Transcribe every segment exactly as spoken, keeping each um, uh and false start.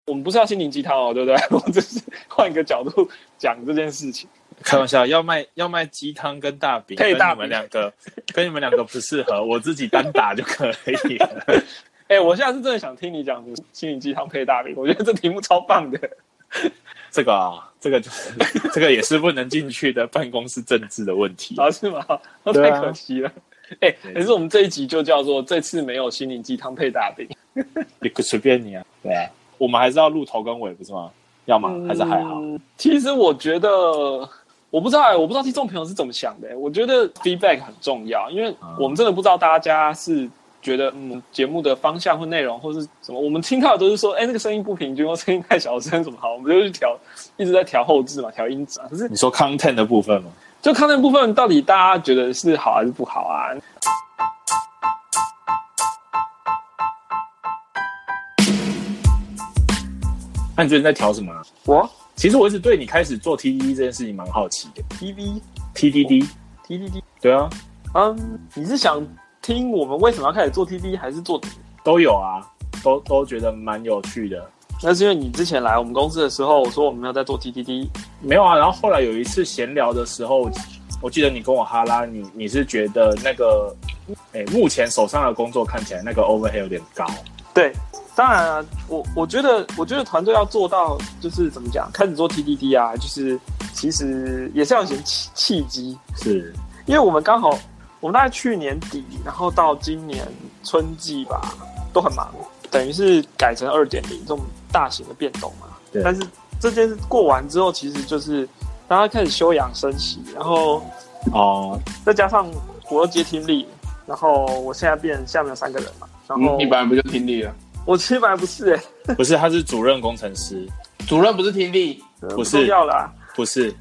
我们不是要心灵鸡汤哦，对不对？我只是换一个角度讲这件事情。 开玩笑，要卖要卖鸡汤跟大饼， 配大饼， 跟你们两个跟你们两个不适合，我自己单打就可以了。 哎、欸，我现在是真的想听你讲心灵鸡汤配大饼，我觉得这题目超棒的。 这个啊，这个就是这个也是不能进去的办公室政治的问题啊，是吗？那太可惜了。哎、欸，可是我们这一集就叫做这次没有心灵鸡汤配大饼， 也随便你啊。对啊，我们还是要录头跟尾，不是吗？要吗？还是还好？ 嗯、其实我觉得，我不知道、欸，我不知道听众朋友是怎么想的、欸。我觉得 feedback 很重要，因为我们真的不知道大家是觉得嗯节目的方向或内容或是什么，我们听到的都是说，哎、欸，那个声音不平均或声音太小声什么好，我们就去调，一直在调后置嘛，调音质啊。可是你说 content 的部分吗？ 就 content 部分到底大家觉得是好还是不好啊？ 那你最近在调什么、啊？ 我其实我一直对你开始做 T D D 这件事情蛮好奇的。 T V T D D T D D 对啊， 嗯，你是想听我们为什么要开始做 T D D 还是做都有啊，都都觉得蛮有趣的。 那是因为你之前来我们公司的时候，我说我们没有在做 T D D， 没有啊。然后后来有一次闲聊的时候，我记得你跟我哈拉，你你是觉得那个，哎，目前手上的工作看起来那个 overhead 有点高。 对。当然啊，我我觉得，我觉得团队要做到，就是怎么讲，开始做 T D D 啊，就是其实也是要有些契契机， 是因为我们刚好，我们大概去年底，然后到今年春季吧，都很忙，等于是改成 二点零 这种大型的变动嘛。 对。 但是这件事过完之后，其实就是大家开始休养生息，然后哦， 再加上我又接听力，然后我现在变下面有三个人嘛，然后、 嗯、你本来不就听力了？ 我其实本来不是哎、 欸，不是，他是主任工程师， 主任不是听力， 不是， 不重要啦， 不是。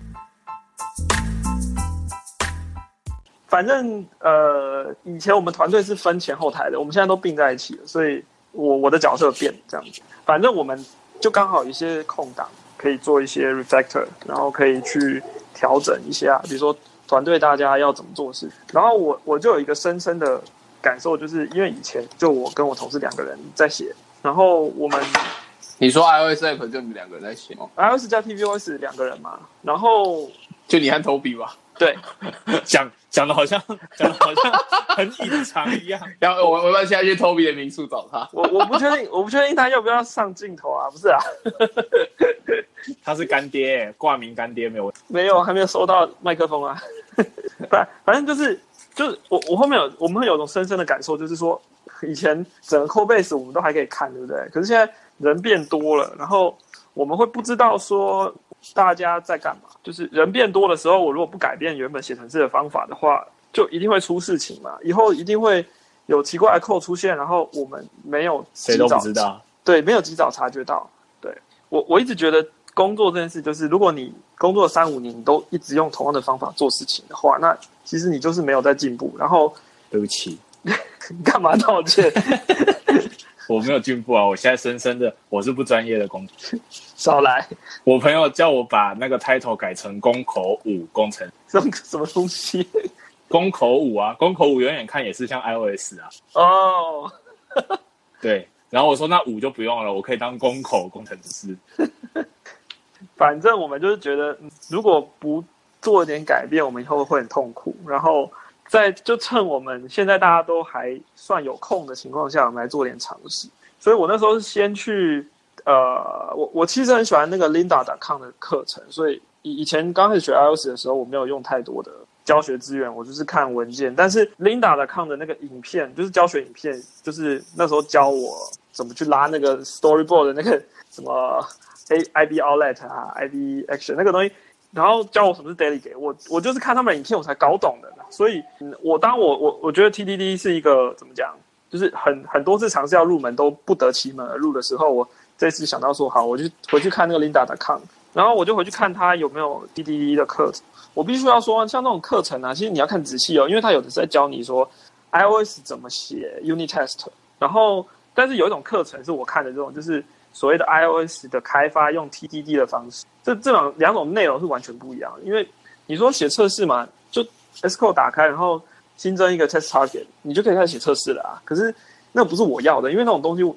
反正呃，以前我们团队是分前后台的，我们现在都并在一起了，所以我我的角色变这样子。反正我们就刚好有一些空档，可以做一些 refactor， 然后可以去调整一下，比如说团队大家要怎么做事。然后我我就有一个深深的感受，就是因为以前就我跟我同事两个人在写，然后我们你说 iOS app 就你们两个人在写哦 ，iOS 加 tvOS 两个人嘛，然后就你和 Toby 吧， 对， 讲讲的好像讲的好像很隐藏一样。 然后我我们现在去 Toby 的民宿找他， 我我不确定，我不确定他要不要上镜头啊？不是啊， 他是干爹、欸，挂名干爹没有？ 没有，还没有收到麦克风啊。反反正就是。就是我我后面有我们会有种深深的感受，就是说以前整个 codebase 我们都还可以看，对不对？可是现在人变多了，然后我们会不知道说大家在干嘛。就是人变多的时候，我如果不改变原本写程式的方法的话，就一定会出事情嘛。以后一定会有奇怪的 code 出现，然后我们没有谁都不知道， 对，没有及早察觉到。对，我我一直觉得工作这件事，就是如果你工作三五年，你都一直用同样的方法做事情的话，那其实你就是没有在进步。然后， 对不起， 干嘛道歉？ 我没有进步啊！我现在深深的，我是不专业的工作。 少来！ 我朋友叫我把那个 title 改成公口五工程， 什么什么东西？ 公口五啊，公口五远远看也是像 iOS 啊。 哦， 对。然后我说那五就不用了，我可以当公口工程师。 反正我们就是觉得，如果不做一点改变，我们以后会很痛苦。然后在就趁我们现在大家都还算有空的情况下，我们来做点尝试。所以我那时候是先去，呃，我我其实很喜欢那个 Lynda 点 com 的课程，所以以以前刚开始学 iOS 的时候，我没有用太多的教学资源，我就是看文件。但是 Lynda 点 com 的那个影片，就是教学影片，就是那时候教我怎么去拉那个 Storyboard 的那个什么 I B Outlet 啊 I B Action 那个东西，然后教我什么是 Delegate， 我我就是看他们的影片我才搞懂的。所以，嗯、我当我我我觉得 T D D 是一个怎么讲，就是很很多次尝试要入门都不得其门而入的时候，我这次想到说好，我就回去看那个 Lynda 点 com， 然后我就回去看他有没有 T D D 的课程。我必须要说，像那种课程啊，其实你要看仔细哦，因为他有的是在教你说 iOS 怎么写 Unit Test， 然后但是有一种课程是我看的这种，就是所谓的 iOS 的开发用 T D D 的方式，这这两两种内容是完全不一样的。因为你说写测试嘛，就 Xcode 打开，然后新增一个 test target， 你就可以开始写测试了啊。可是那不是我要的，因为那种东西就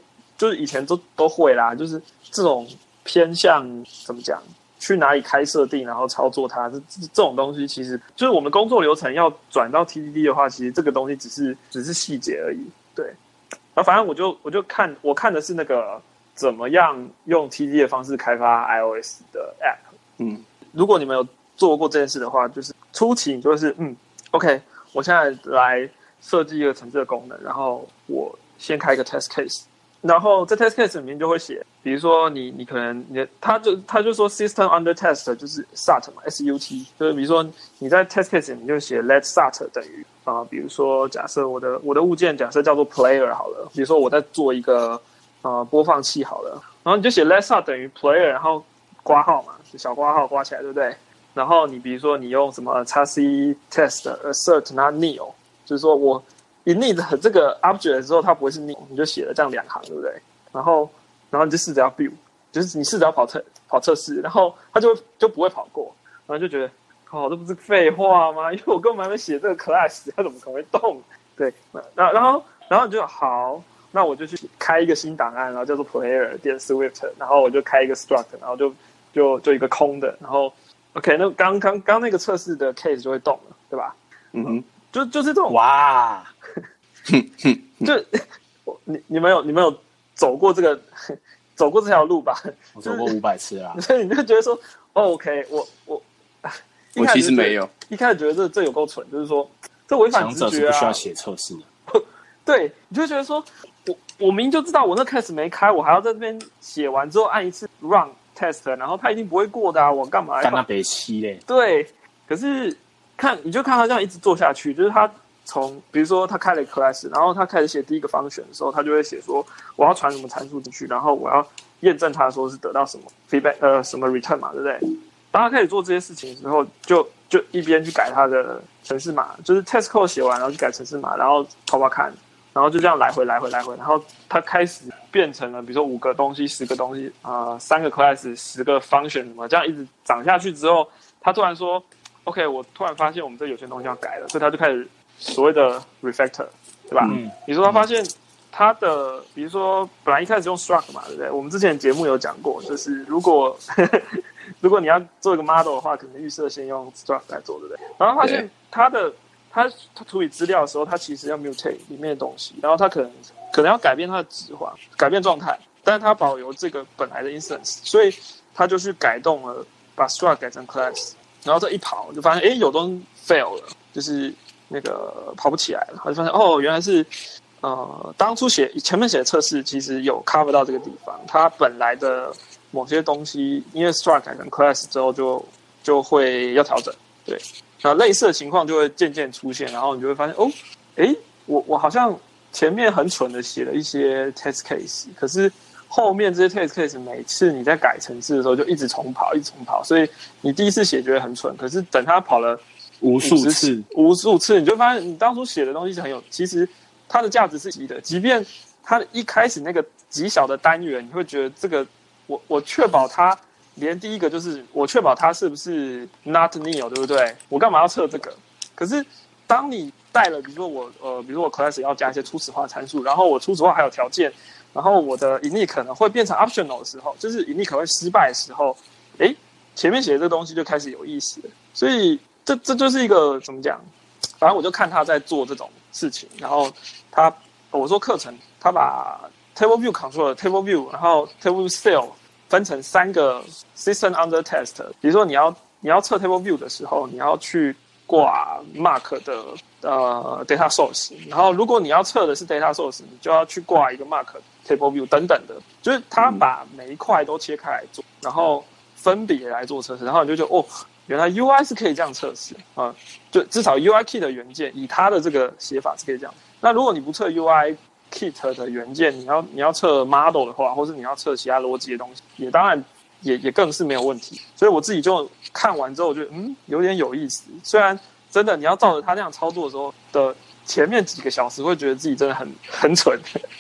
就是以前都都会啦，就是这种偏向怎么讲，去哪里开设定，然后操作它，这这这种东西，其实就是我们工作流程要转到 T D D 的话，其实这个东西只是只是细节而已。对，然后反正我就我就看我看的是那个怎么样用 T D D 的方式开发 iOS 的 App。 嗯， 如果你们有做过这件事的话，就是初期你就是嗯 ，OK， 我现在来设计一个程式的功能，然后我先开一个 test case。然后在 test case 里面就会写，比如说你你可能你他就他就说 system under test 就是 start 嘛 S U T， 就是比如说你在 test case 里面就写 let start 等于啊、呃，比如说假设我的我的物件假设叫做 player 好了，比如说我在做一个呃播放器好了，然后你就写 let start 等于 player， 然后括号嘛，小括号括起来对不对？然后你比如说你用什么 x C test assert not nil， 就是说我init 这个 object 的时候，它不会是 nil， 你就写了这样两行，对不对？然后，然后你就试着要 build， 就是你试着要跑测跑测试，然后它就就不会跑过，然后就觉得，哦，这不是废话吗？因为我根本还没写这个 class， 它怎么可能会动？对，然后然后然后你就好，那我就去开一个新档案，然后叫做 player 点 Swift， 然后我就开一个 struct， 然后就就就一个空的，然后 OK， 那刚刚刚那个测试的 case 就会动了，对吧？ 嗯哼， 就就是这种哇。 就你你们有你们有走过这个走过这条路吧？ 我走过五百次啦， 所以你就觉得说、哦、，OK， 我我我其实没有， 一开始觉得这这有够蠢，就是说这违反直觉啊， 强者是不需要写测试的。 对，你就觉得说我我明明就知道我那 case 没开，我还要在这边写完之后按一次 run test， 然后他一定不会过的啊，我干嘛要？ 干那北七嘞？ 对，可是看你就看他这样一直做下去，就是他。从比如说他开了一个 class， 然后他开始写第一个 function 的时候，他就会写说我要传什么参数进去，然后我要验证他说是得到什么 feedback 呃什么 return 嘛，对不对？当他开始做这些事情的时候，就就一边去改他的程式码，就是 test code 写完，然后去改程式码，然后跑跑看，然后就这样来回来回来回，然后他开始变成了比如说五个东西、十个东西啊、呃，三个 class、十个 function 什么，这样一直涨下去之后，他突然说 OK， 我突然发现我们这有些东西要改了，所以他就开始。所谓的 refactor， 对吧？嗯，你说他发现他的，比如说本来一开始用 struct 嘛，对不对？我们之前节目有讲过，就是如果呵呵如果你要做一个 model 的话，可能预设先用 struct 来做，对不对？然后发现他的他他处理资料的时候，他其实要 mutate 里面的东西，然后他可能可能要改变它的质化，改变状态，但是他保留这个本来的 instance， 所以他就去改动了，把 struct 改成 class， 然后这一跑就发现，哎，有东西 fail 了，就是。那个跑不起来了，我就发现哦，原来是呃，当初写前面写的测试其实有 cover 到这个地方，它本来的某些东西，因为 struct 改成 class 之后就就会要调整，对，那类似的情况就会渐渐出现，然后你就会发现哦，诶，我我好像前面很蠢的写了一些 test case， 可是后面这些 test case 每次你在改程式的时候就一直重跑，一直重跑，所以你第一次写觉得很蠢，可是等它跑了。 无数次， 无数次，你就发现你当初写的东西是很有，其实它的价值是极的。即便它一开始那个极小的单元，你会觉得这个，我我确保它连第一个就是我确保它是不是 not nil， 对不对？我干嘛要测这个？可是当你带了，比如说我呃，比如说我 class 要加一些初始化参数，然后我初始化还有条件，然后我的 init 可能会变成 optional 的时候，就是 init 可能会失败的时候，哎，前面写的这个东西就开始有意思了，所以。这这就是一个怎么讲？反正我就看他在做这种事情，然后他我说课程，他把 table view control table view， 然后 table view style 分成三个 system under test。比如说你要你要测 table view 的时候，你要去挂 mark 的呃 data source， 然后如果你要测的是 data source， 你就要去挂一个 mark table view 等等的，就是他把每一块都切开来做，然后分别来做测试，然后你就觉得哦。原来 U I 是可以这样测试啊，就至少 U I Kit 的元件以它的这个写法是可以这样。那如果你不测 U I Kit 的元件，你要你要测 model 的话，或是你要测其他逻辑的东西，也当然也也更是没有问题。所以我自己就看完之后，我觉得嗯有点有意思。虽然真的你要照着他那样操作的时候的前面几个小时，会觉得自己真的很很蠢。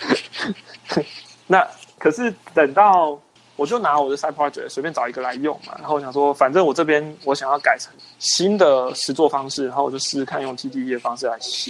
那可是等到。我就拿我的 side project 随便找一个来用嘛，然后我想说，反正我这边我想要改成新的实作方式，然后我就试试看用 T D D 的方式来写。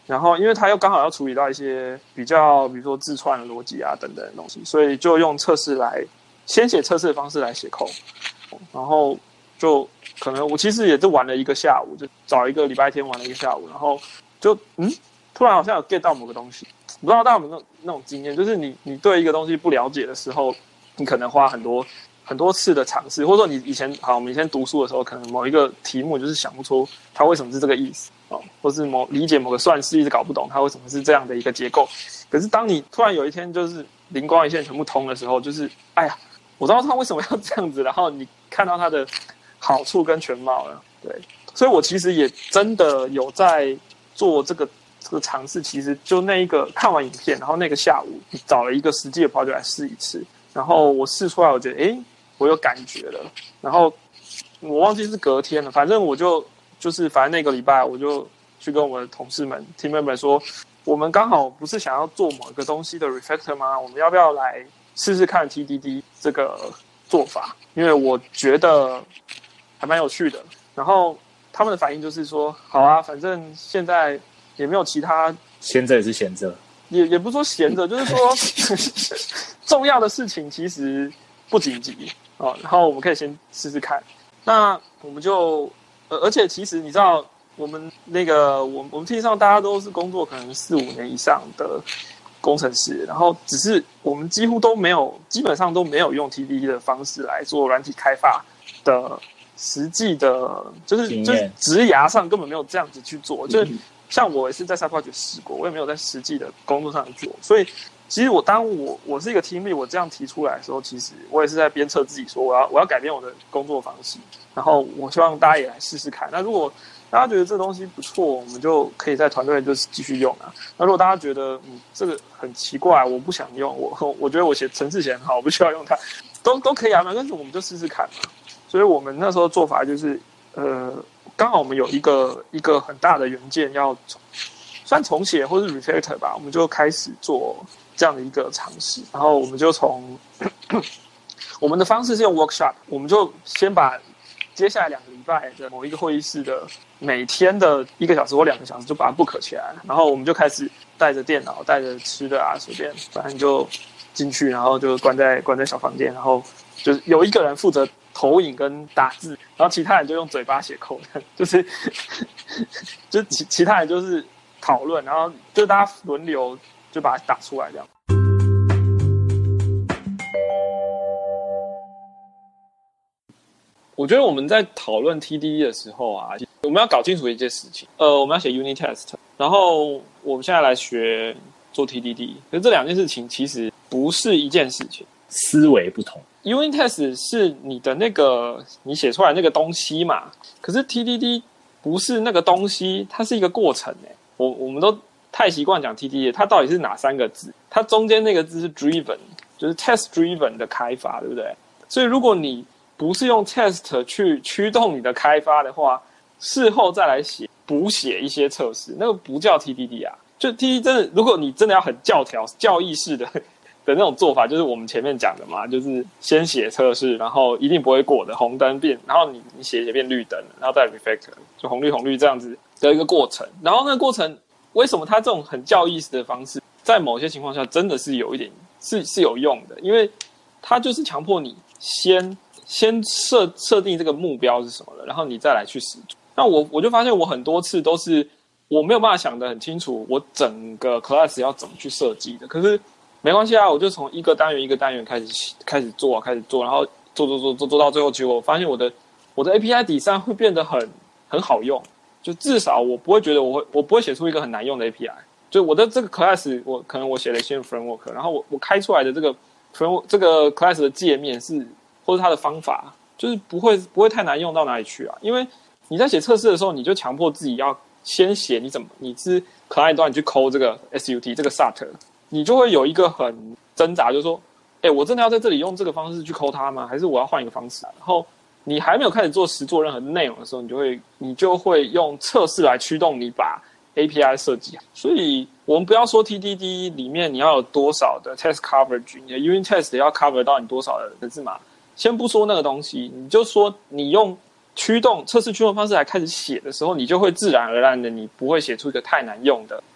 然后因为它又刚好要处理到一些比较，比如说字串的逻辑啊等等的东西，所以就用测试来先写测试的方式来写 code， 然后就可能我其实也就玩了一个下午，就找一个礼拜天玩了一个下午，然后就嗯，突然好像有 get 到某个东西，不知道大家有没有那种经验，就是你你对一个东西不了解的时候，你可能花很多很多次的尝试，或者说你以前好，我们以前读书的时候，可能某一个题目就是想不出它为什么是这个意思哦，或是某理解某个算式一直搞不懂它为什么是这样的一个结构。可是当你突然有一天就是灵光一现全部通的时候，就是哎呀，我知道它为什么要这样子，然后你看到它的好处跟全貌了。对，所以我其实也真的有在做这个这个尝试。其实就那一个看完影片，然后那个下午找了一个实际的 project 来试一次，然后我试出来，我觉得哎，我有感觉了。然后我忘记是隔天了，反正我就就是反正那个礼拜我就去跟我们的同事们 team member 说，我们刚好不是想要做某一个东西的 refactor 吗？我们要不要来试试看 T D D 这个做法？因为我觉得还蛮有趣的。然后他们的反应就是说，好啊，反正现在也没有其他， 闲着也是闲着， 也也不是说闲着，就是说重要的事情其实不紧急哦。然后我们可以先试试看。那我们就，呃，而且其实你知道，我们那个我我们 team 上大家都是工作可能四五年以上的工程师，然后只是我们几乎都没有，基本上都没有用 T D D 的方式来做软体开发的实际的，就是就是职涯上根本没有这样子去做。就是像我也是在 side project 试过，我也没有在实际的工作上做。所以其实我当我我是一个 team lead，我这样提出来的时候，其实我也是在鞭策自己说，我要我要改变我的工作方式。然后我希望大家也来试试看。那如果大家觉得这东西不错，我们就可以在团队就是继续用啊。那如果大家觉得嗯这个很奇怪，我不想用，我我觉得我写程式写很好，我不需要用它，都都可以啊。但是我们就试试看嘛。所以我们那时候做法就是，呃，刚好我们有一个一个很大的元件要算重写或是 refactor 吧，我们就开始做这样的一个尝试。然后我们就从我们的方式是用 workshop， 我们就先把接下来两个礼拜的某一个会议室的每天的一个小时或两个小时就把它 book 起来，然后我们就开始带着电脑、带着吃的啊，随便反正就进去，然后就关在关在小房间，然后就是有一个人负责投影跟打字，然后其他人就用嘴巴写code，就是就其其他人就是讨论，然后就大家轮流就把它打出来这样。我觉得我们在讨论 T D D 的时候啊，我们要搞清楚一件事情。呃，我们要写 unit test， 然后我们现在来学做 T D D， 可是这两件事情其实不是一件事情， 思维不同。 unit test 是你的那个你写出来那个东西嘛，可是 T D D 不是那个东西，它是一个过程诶。我我们都太习惯讲 T D D， 它到底是哪三个字？它中间那个字是 driven， 就是 test driven 的开发，对不对？所以如果你不是用 test 去驱动你的开发的话，事后再来写补写一些测试，那个不叫 T D D 啊。就 T D D 真的，如果你真的要很教条、教义式的的那种做法，就是我们前面讲的嘛，就是先写测试，然后一定不会过的红灯变，然后你你写写变绿灯，然后再 refactor， 就红绿红绿这样子的一个过程。然后那个过程为什么它这种很教义式的方式，在某些情况下真的是有一点是是有用的，因为它就是强迫你先。先设设定这个目标是什么了，然后你再来去实做。那我我就发现我很多次都是我没有办法想得很清楚，我整个 class 要怎么去设计的。可是没关系啊，我就从一个单元一个单元开始开始做，开始做，然后做做做做做到最后，结果我发现我的我的 A P I 底上会变得很很好用，就至少我不会觉得我会我不会写出一个很难用的 A P I。就我的这个 class， 我可能我写了一些 framework， 然后我我开出来的这个 framework 这个 class 的界面是。或者它的方法就是不会不会太难用到哪里去啊，因为你在写测试的时候，你就强迫自己要先写你怎么你是 client 端你去抠这个 S U T 这个 S A T， 你就会有一个很挣扎，就是说，哎，我真的要在这里用这个方式去抠它吗？还是我要换一个方式？然后你还没有开始做实做任何内容的时候，你就会你就会用测试来驱动你把 A P I 设计好。所以我们不要说 T D D 里面你要有多少的 test coverage， 你的 unit test 要 cover 到你多少的字码。先不说那个东西，你就说你用驱动测试驱动方式来开始写的时候，你就会自然而然的，你不会写出一个太难用的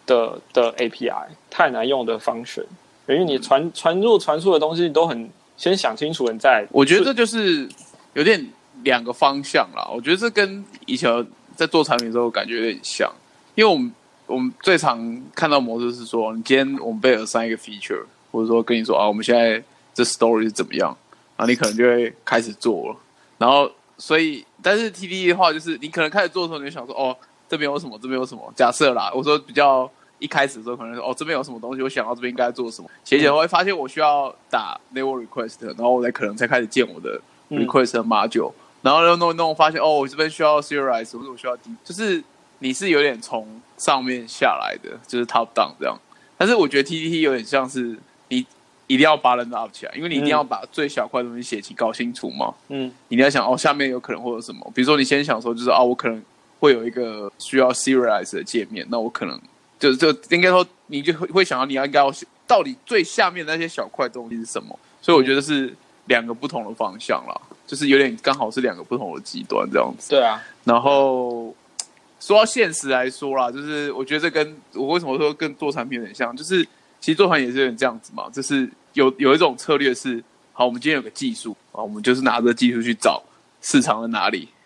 的的 A P I， 太难用的 function， 因为你传传入传输的东西都很先想清楚，你再。 我觉得这就是有点两个方向啦。我觉得这跟以前在做产品的时候感觉有点像，因为我们我们最常看到模式是说，你今天我们被 assign 一个 feature， 或者说跟你说啊，我们现在这 story 是怎么样，然后你可能就会开始做了。然后所以，但是 T D D 的话，就是你可能开始做的时候，你就想说哦。这边有什么？这边有什么？假设啦，我说比较一开始的时候，可能说哦，这边有什么东西，我想到这边应该做什么。写写会发现我需要打 network request， 然后我才可能才开始建我的 request 的 module，、嗯、然后弄弄弄，发现哦，我这边需要 serialize， 或者我需要 D， 就是你是有点从上面下来的，就是 top down 这样。但是我觉得 T D D 有点像是你一定要balance up 起来，因为你一定要把最小块的东西写清搞清楚嘛。嗯，你一定要想哦，下面有可能会有什么，比如说你先想说就是哦，我可能。会有一个需要 serialize 的界面，那我可能就就应该说，你就会想到你要应该要到底最下面的那些小块东西是什么，所以我觉得是两个不同的方向啦，就是有点刚好是两个不同的极端这样子。 对啊， 然后说到现实来说啦，就是我觉得这跟我为什么说跟做产品有点像，就是其实做产品也是有点这样子嘛，就是有有一种策略是，好，我们今天有个技术啊，我们就是拿着技术去找市场在哪里。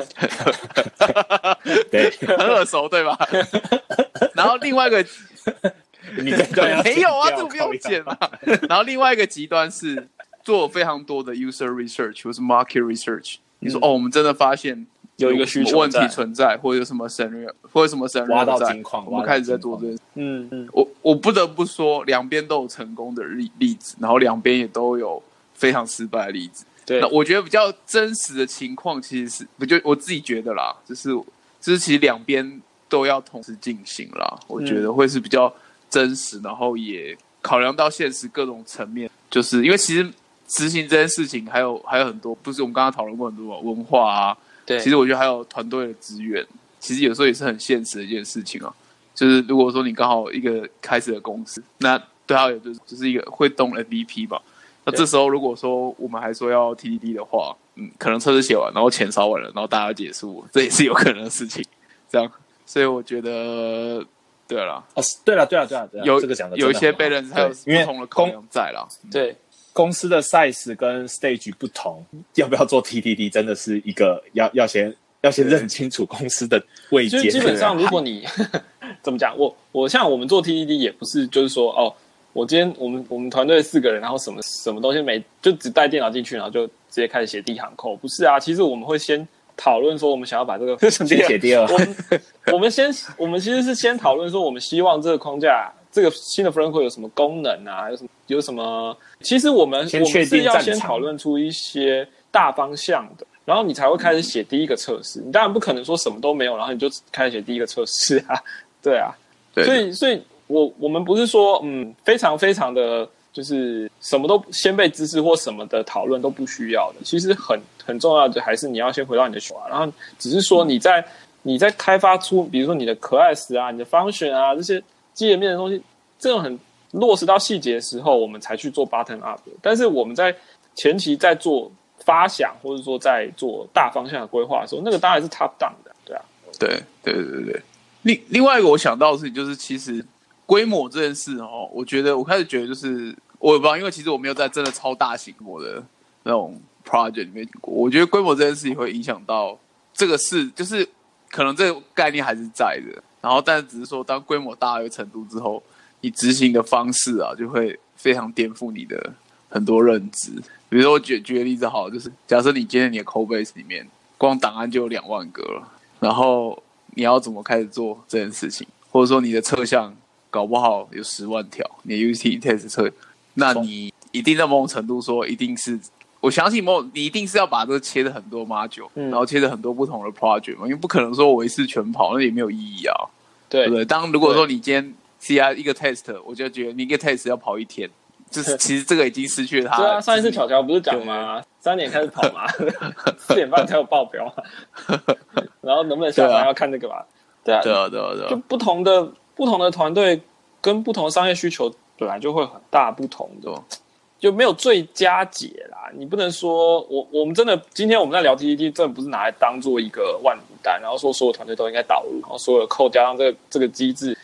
对， 很耳熟，对吧？然后另外一个， 你这个没有啊，这不用剪啊。然后另外一个极端是做非常多的 user research 或是 market research。你说、嗯、哦，我们真的发现有一个需求问题存在，或者有什么 scenario， 或者什么 scenario 挖到金矿， 我们开始在做这件事。 嗯嗯， 我我不得不说，两边都有成功的例例子，然后两边也都有非常失败的例子。 对， 那我觉得比较真实的情况，其实是我就我自己觉得啦，就是就是其实两边都要同时进行啦，我觉得会是比较真实，然后也考量到现实各种层面，就是因为其实执行这件事情还有还有很多，不是我们刚刚讨论过很多文化啊， 对， 其实我觉得还有团队的资源，其实有时候也是很现实的一件事情啊。就是如果说你刚好一个开始的公司，那对他有就是就是一个会动 M V P 吧。那这时候如果说我们还说要 T D D 的话，嗯，可能测试写完，然后钱烧完了，然后大家结束，这也是有可能的事情。这样，所以我觉得，对了， 哦，对了，对了，对了，对了， 有这个讲的有一些 balance 还有不同的考量在啦。 对， 公司的 size 跟 stage 不同，要不要做 T D D 真的是一个要要先要先认清楚公司的位阶。 基本上，如果你怎么讲，我我像我们做 T D D 也不是就是说哦。我今天我们我们团队四个人，然后什么什么东西没就只带电脑进去，然后就直接开始写第一行code。不是啊，其实我们会先讨论说，我们想要把这个先写第二。 我们我们先我们其实是先讨论说，我们希望这个框架这个新的 framework 有什么功能啊，有什么有什么。其实我们我们是要先讨论出一些大方向的，然后你才会开始写第一个测试。你当然不可能说什么都没有，然后你就开始写第一个测试啊，对啊， 对所以所以。我我们不是说嗯非常非常的就是什么都先辈知识或什么的讨论都不需要的，其实很很重要的还是你要先回到你的手啊，然后只是说你在你在开发出比如说你的 class 啊、你的 function 啊这些界面的东西，这种很落实到细节的时候，我们才去做 bottom up 的。但是我们在前期在做发想或者说在做大方向的规划的时候，那个当然是 top down 的，对啊， 对对对对对。另另外一个我想到的事情就是，其实。规模这件事哦，我觉得我开始觉得就是我也不知道，因为其实我没有在真的超大型模的那种 project 里面过。我觉得规模这件事情会影响到这个事，就是可能这个概念还是在的，然后但只是说当规模大到一个程度之后，你执行的方式啊就会非常颠覆你的很多认知。比如说我举举个例子好了，就是假设你今天你的 code base 里面光档案就有两万个了，然后你要怎么开始做这件事情，或者说你的侧向。搞不好有十万条，你的 U T test 测，那你一定在某种程度说，一定是我相信某你一定是要把这个切的很多 module，、嗯、然后切的很多不同的 project 嘛，因为不可能说我一次全跑，那也没有意义啊， 对, 对不对？当如果说你今天 C I 一个 test， 我就觉得你一个 test 要跑一天，就是其实这个已经失去了它。 对啊，上一次巧巧不是讲吗？三点开始跑嘛，四点半才有报标嘛，然后能不能下班要看那个吧？对啊， 对啊，对啊，对啊， 就不同的。不同的团队跟不同的商业需求本来就会很大不同的，就没有最佳解啦。你不能说我我们真的今天我们在聊 T D D， 真的不是拿来当做一个万灵丹，然后说所有团队都应该导入，然后所有的code加上这个这个机制，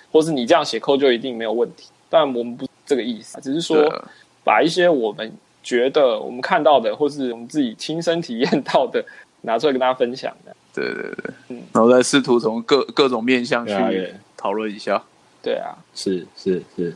或是你这样写code就一定没有问题。但我们不是这个意思，只是说把一些我们觉得我们看到的，或是我们自己亲身体验到的，拿出来跟大家分享的。 对对对，嗯，然后再试图从各各种面向去讨论一下。 对啊， 是是是。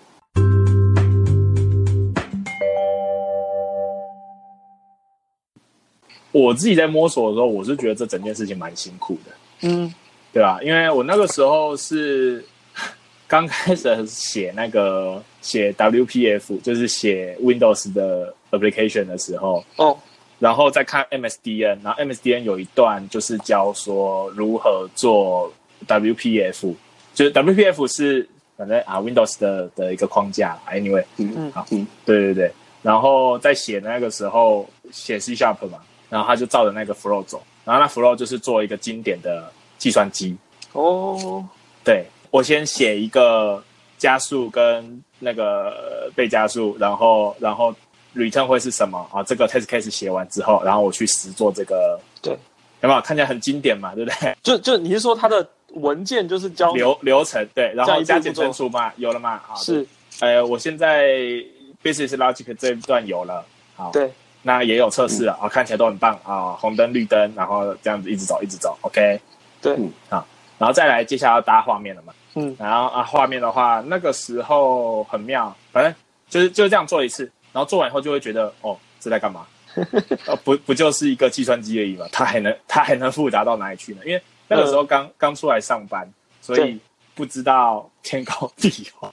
我自己在摸索的时候，我是觉得这整件事情蛮辛苦的。 嗯， 对啊，因为我那个时候是刚开始写那个写 W P F， 就是写 Windows 的 application 的时候， 哦， 然后再看 M S D N， 然后 M S D N 有一段就是教说如何做 W P F， 就是 W P F 是反正啊 Windows 的的一个框架 ，anyway， 嗯， 好，嗯，对对对，然后在写那个时候写 C Sharp 嘛。然后他就照着那个 flow 走，然后那 flow 就是做一个经典的计算机。 哦， 对，我先写一个加速跟那个被加速，然后然后 return 会是什么啊？这个 test case 写完之后，然后我去实做这个， 对， 有没有看起来很经典嘛？对不对？ 就就你是说它的文件就是教流流程对，然后加减乘除嘛，有了嘛？啊， 是， 呃，我现在 business logic 这一段有了，好， 对。 那也有测试了啊，看起来都很棒啊，红灯绿灯，然后这样子一直走一直走 ，OK， 对， 嗯，好，然后再来接下来要搭画面了嘛， 嗯， 然后啊画面的话，那个时候很妙，反正就是就是这样做一次，然后做完以后就会觉得哦，这在干嘛？呃、不不就是一个计算机而已嘛，它还能它还能复杂到哪里去呢？因为那个时候刚刚、嗯、出来上班，所以不知道天高地厚。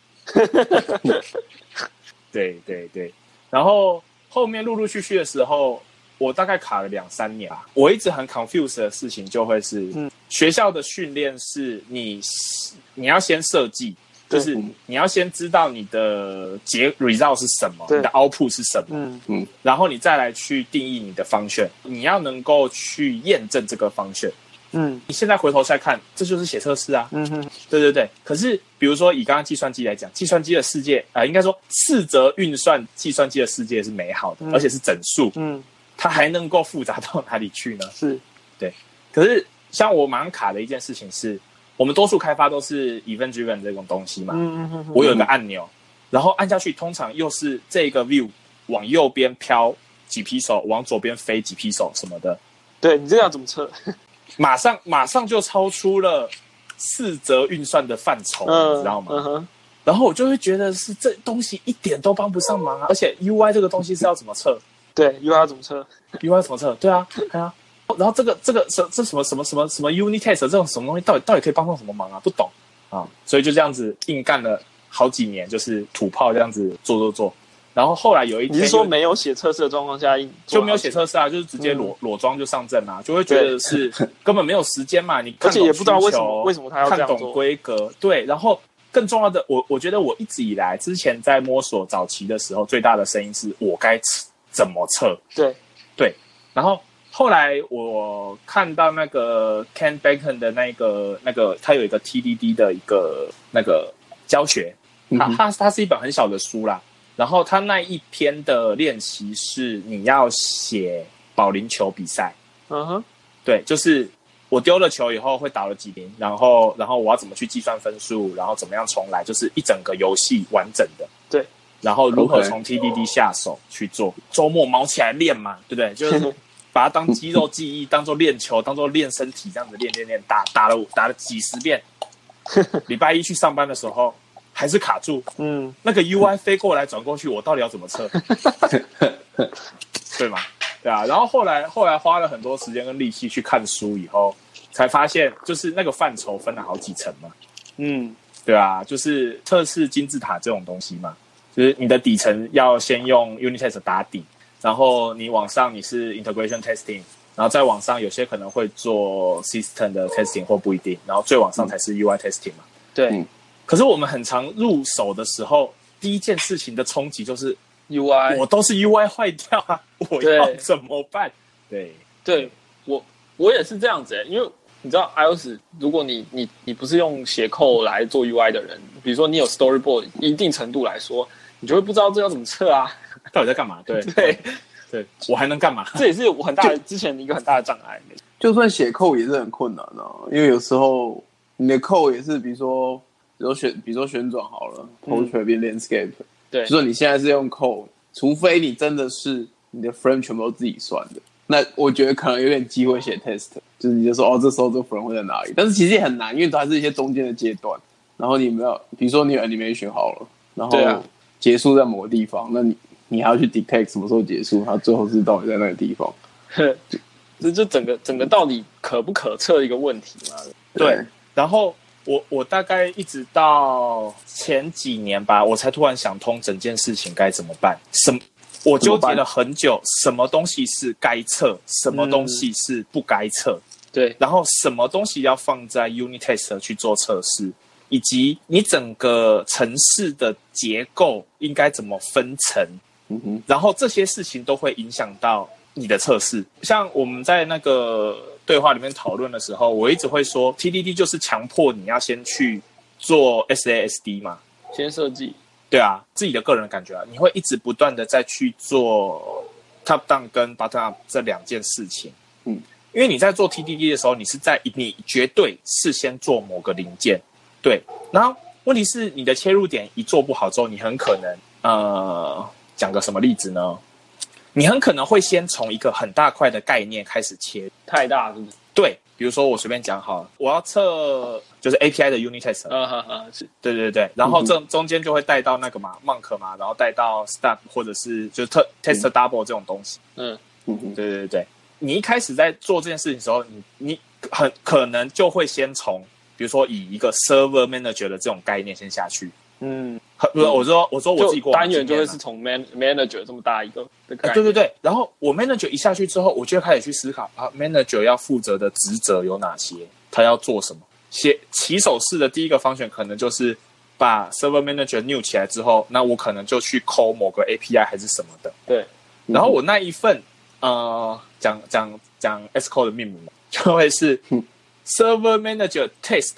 对对对，然后。后面陆陆续续的时候，我大概卡了两三年吧。我一直很 confused 的事情就会是，嗯、学校的训练是你你要先设计，就是你要先知道你的结 result 是什么，你的 output 是什么，嗯嗯，然后你再来去定义你的 function， 你要能够去验证这个 function。嗯，你现在回头再看，这就是写测试啊。嗯哼，对对对。可是，比如说以刚刚计算机来讲，计算机的世界啊、呃，应该说四则运算计算机的世界是美好的，嗯、而且是整数。嗯，它还能够复杂到哪里去呢？ 是， 对。可是，像我马上卡的一件事情是，我们多数开发都是 event driven 这种东西嘛。嗯嗯嗯。我有一个按钮，然后按下去，通常又是这个 view 往右边飘几批手，往左边飞几批手什么的。 对，你这个要怎么测？ 马上马上就超出了四则运算的范畴，嗯、你知道吗？嗯、然后我就会觉得是这东西一点都帮不上忙啊！而且 U I 这个东西是要怎么测？ 对 ，U I 要怎么测 ？U I 怎么测？对啊，对啊。然后这个这个这这什么什么什么什么 unit test 这种什么东西，到底到底可以帮上什么忙啊？不懂啊！所以就这样子硬干了好几年，就是土炮这样子做做做。然后后来有一天， 你是说没有写测试的状况下就没有写测试啊，就是直接裸、嗯、裸装就上阵啊，就会觉得是根本没有时间嘛，你看懂需求， 而且也不知道为什么为什么他要这样做， 看懂规格，对。然后更重要的，我我觉得我一直以来之前在摸索早期的时候，最大的声音是我该怎么测， 对对。然后后来我看到那个 Ken Bacon 的那个那个，他有一个 T D D 的一个那个教学，他他他是一本很小的书啦。然后他那一篇的练习是你要写保龄球比赛，嗯哼，对，就是我丢了球以后会打了几零，然后然后我要怎么去计算分数，然后怎么样重来，就是一整个游戏完整的， 对， 然后如何从 T D D 下手去做，周末毛起来练嘛，对不对？就是把它当肌肉记忆，当做练球，当做练身体这样子练练练，打打了打了几十遍，礼拜一去上班的时候。还是卡住，嗯，那个 U I 飞过来转过去，我到底要怎么测？对吗？对啊。然后后来后来花了很多时间跟力气去看书以后，才发现就是那个范畴分了好几层嘛。嗯，对啊，就是测试金字塔这种东西嘛，就是你的底层要先用 unit test 打底，然后你往上你是 integration testing， 然后再往上有些可能会做 system 的 testing 或不一定，然后最往上才是 U I testing 嘛。 对。嗯， 可是我们很常入手的时候，第一件事情的冲击就是 U I， 我都是 U I 坏掉啊，我要怎么办？对， 对我我也是这样子、欸，因为你知道 iOS， 如果你你你不是用写扣来做 U I 的人，比如说你有 Storyboard 一定程度来说，你就会不知道这要怎么测啊， 到底在干嘛？对对对，我还能干嘛？ 这也是我很大的之前一个很大的障碍。 就算写扣也是很困难啊，因为有时候你的扣也是，比如说。 如说旋，比如说旋转好了 ，portrait 变 landscape， 对， 就说你现在是用 code，除非你真的是你的 frame 全部都自己算的，那我觉得可能有点机会写 test， 就是你就说哦，这时候这个 frame 会在哪里？但是其实也很难，因为它是一些中间的阶段，然后你没有，比如说你有 animation 好了，然后结束在某个地方，那你你还要去 detect 什么时候结束，它最后是到底在那个地方？ 这就整个整个到底可不可测的一个问题嘛？ 对，然后我我大概一直到前几年吧，我才突然想通整件事情该怎么办。什么？我纠结了很久，什么东西是该测，什么东西是不该测。嗯、 对， 然后什么东西要放在 unit test 去做测试，以及你整个程式的结构应该怎么分层。嗯哼，然后这些事情都会影响到你的测试。像我们在那个对话里面讨论的时候，我一直会说 T D D 就是强迫你要先去做 S A S D 嘛， 先设计。 对啊，自己的个人感觉啊，你会一直不断的再去做 top down 跟 bottom up 这两件事情。嗯，因为你在做 T D D 的时候，你是在你绝对是先做某个零件，对。然后问题是你的切入点一做不好之后，你很可能呃，讲个什么例子呢？你很可能会先从一个很大块的概念开始切， 太大是不是？ 对，比如说我随便讲好了，我要测就是 A P I 的 unit test， 啊哈哈，是， 对对对，然后这中间就会带到那个嘛 Monk 嘛，然后带到 Step 或者是就是 test double 这种东西，嗯嗯，对对对，你一开始在做这件事情的时候，你你很可能就会先从比如说以一个 server manager 的这种概念先下去，嗯。不是，我说我说我自己过单元就会是从 man manager 这么大一个的概念、 啊，对对对。然后我 manager 一下去之后，我就会开始去思考啊 ，manager 要负责的职责有哪些？他要做什么？写起手式的第一个方选可能就是把 server manager new 起来之后，那我可能就去 call 某个 A P I 还是什么的。 对。 然后我那一份呃讲讲讲 S code 的命名就会是 server manager test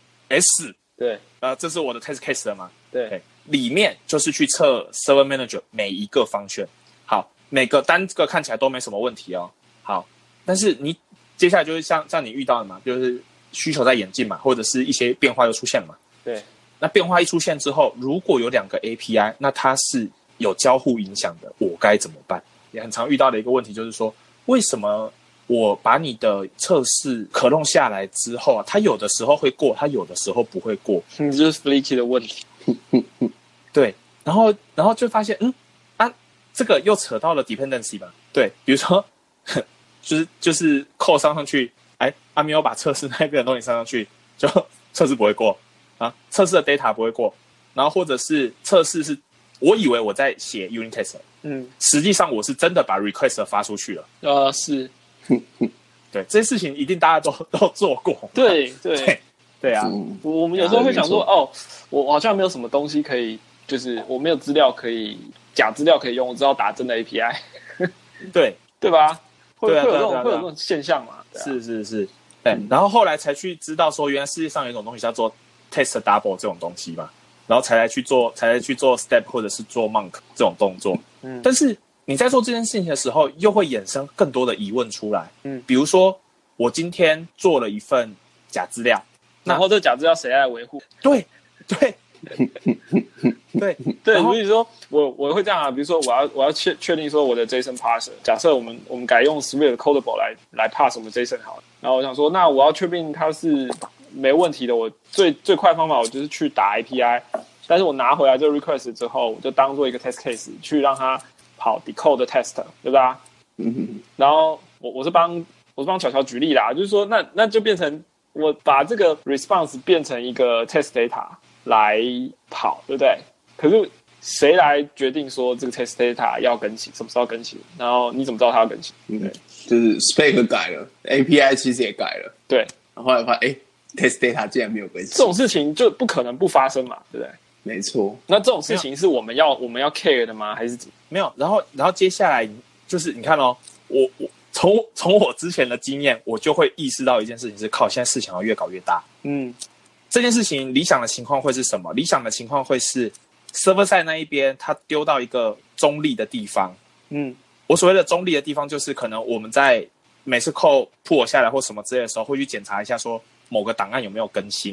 S。 对。 呃，这是我的 test case 了嘛？ 对。 Okay. 里面就是去测 server manager 每一个方选，好，每个单个看起来都没什么问题哦。好，但是你接下来就是像像你遇到的嘛，就是需求在演进嘛，或者是一些变化又出现了嘛。 对， 那变化一出现之后，如果有两个 A P I， 那它是有交互影响的，我该怎么办？也很常遇到的一个问题就是说，为什么我把你的测试可弄下来之后啊，它有的时候会过，它有的时候不会过， 嗯，就是 flaky 的问题。 对，然后然后就发现，嗯啊，这个又扯到了 dependency 吧？对，比如说，就是就是扣上上去，哎，阿没有把测试那个东西上上去，就测试不会过啊，测试的 data 不会过，然后或者是测试是，我以为我在写 unit test， 嗯，实际上我是真的把 request 发出去了， 呃，是， 对，这些事情一定大家都都做过， 对对。 对对啊， 嗯、我们有时候会想说，哦，我好像没有什么东西可以，就是我没有资料可以假资料可以用，我只好打真的 A P I， 对对吧？会对、啊、 会有这种、 啊啊啊、 会有这种现象嘛？ 啊、是是是，对、嗯。然后后来才去知道说，原来世界上有一种东西叫做 test double 这种东西嘛，然后才来去做，才来去做 step 或者是做 monk 这种动作。嗯，但是你在做这件事情的时候，又会衍生更多的疑问出来。嗯，比如说我今天做了一份假资料。 然后这个假资料谁来维护？ 对，对，对对。所以说我我会这样啊，比如说我要我要确确定说我的 JSON parser， 假设我们我们改用 Swift Codable 来来 pass 我们 JSON 好了，然后我想说，那我要确定它是没问题的，我最最快的方法我就是去打 A P I， 但是我拿回来这个 request 之后，我就当做一个 test case 去让它跑 decode 的 test， 对吧？嗯，然后我我是帮我是帮巧巧举例啦，就是说那那就变成。我把这个 response 变成一个 test data 来跑，对不对？可是谁来决定说这个 test data 要更新，什么时候更新？然后你怎么知道它要更新？ 嗯，就是 spec 改了 ，A P I 其实也改了， 对。 然后后来发现，哎 ，test data 竟然没有更新， 这种事情就不可能不发生嘛，对不对？ 没错。 那这种事情是我们要我们要 care 的吗？还是没有？然后然后接下来就是你看哦，我我。从从我之前的经验，我就会意识到一件事情是：靠，现在事情要越搞越大。嗯，这件事情理想的情况会是什么？理想的情况会是 server side 那一边，它丢到一个中立的地方。嗯，我所谓的中立的地方，就是可能我们在每次扣 pull 下来或什么之类的时候，会去检查一下说某个档案有没有更新。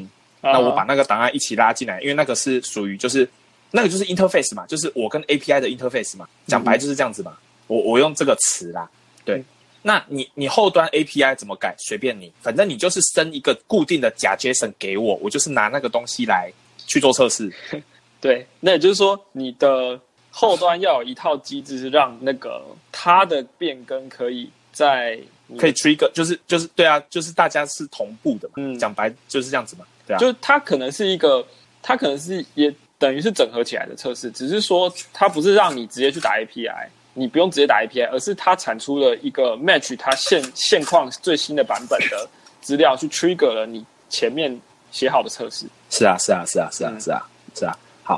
那我把那个档案一起拉进来，因为那个是属于就是那个就是 interface 嘛，就是我跟 A P I 的 interface 嘛，讲白就是这样子嘛。我我用这个词啦，对。嗯，那你你后端 A P I 怎么改随便你，反正你就是生一个固定的假 JSON 给我，我就是拿那个东西来去做测试。 对，那也就是说你的后端要有一套机制，是让那个它的变更可以在可以 trigger， 就是就是对啊，就是大家是同步的嘛。嗯，讲白就是这样子嘛。对啊， 就是它可能是一个，它可能是也等于是整合起来的测试，只是说它不是让你直接去打 A P I， 你不用直接打 A P I， 而是它产出了一个 match 它现现况最新的版本的资料，去 trigger 了你前面写好的测试。 是啊，是啊，是啊，是啊，是啊，是啊。好，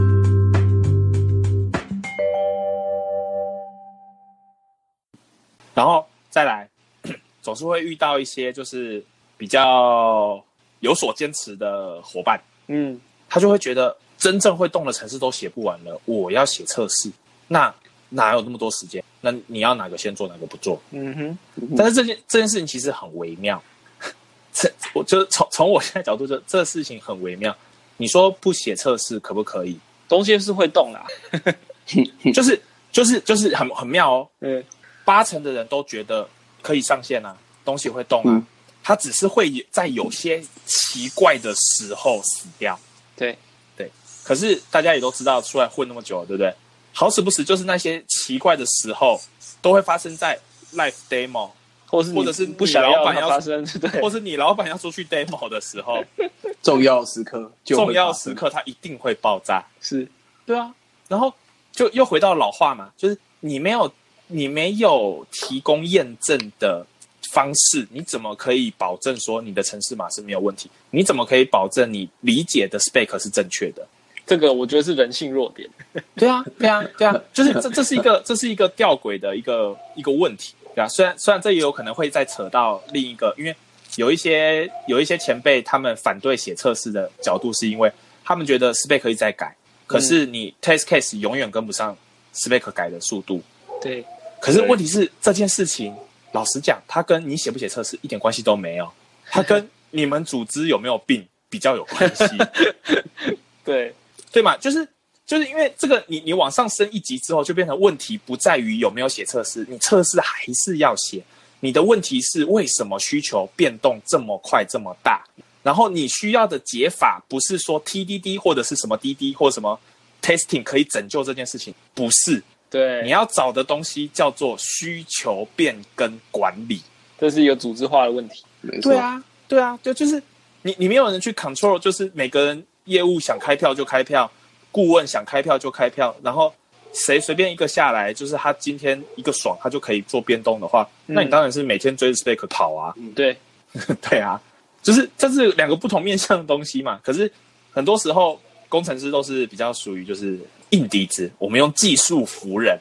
然后再来，总是会遇到一些就是比较有所坚持的伙伴，嗯，他就会觉得真正会动的程式都写不完了，我要写测试，那哪有那么多时间？那你要哪个先做，哪个不做？嗯哼。嗯哼，但是这件这件事情其实很微妙，这我就是从从我现在角度就，这个事情很微妙。你说不写测试可不可以？ 东西是会动啦， 就是就是就是很很妙哦。嗯，八成的人都觉得可以上线啊，东西会动啊。嗯，它只是会在有些奇怪的时候死掉。 对对，可是大家也都知道，出来混那么久了，对不对？好死不死，就是那些奇怪的时候，都会发生在 live demo， 或是或者是不想要它发生， 对，或是你老板要出去 demo 的时候， 重要时刻就重要时刻它一定会爆炸。 是， 对啊。然后就又回到老话嘛，就是你没有你没有提供验证的方式，你怎么可以保证说你的程式码是没有问题？你怎么可以保证你理解的 spec 是正确的？ 这个我觉得是人性弱点。 对啊，对啊，对啊，就是这这是一个这是一个吊诡的一个一个问题，对啊。虽然虽然这也有可能会再扯到另一个，因为有一些有一些前辈他们反对写测试的角度，是因为他们觉得 spec 可以再改，可是你 test case 永远跟不上 spec 改的速度。 对。 可是问题是这件事情，老实讲，它跟你写不写测试一点关系都没有，它跟你们组织有没有病比较有关系。 对。 对嘛，就是就是因为这个你，你往上升一级之后，就变成问题不在于有没有写测试，你测试还是要写。你的问题是为什么需求变动这么快这么大？然后你需要的解法不是说 T D D 或者是什么 D D 或什么 testing 可以拯救这件事情，不是。 对， 你要找的东西叫做需求变更管理， 这是一个组织化的问题。 对啊，对啊，就就是你你没有人去 control， 就是每个人。业务想开票就开票，顾问想开票就开票，然后谁随便一个下来，就是他今天一个爽，他就可以做变动的话，嗯，那你当然是每天追着 spec 跑啊。 嗯，对， 对啊，就是这是两个不同面向的东西嘛。可是很多时候工程师都是比较属于就是硬底子，我们用技术服人。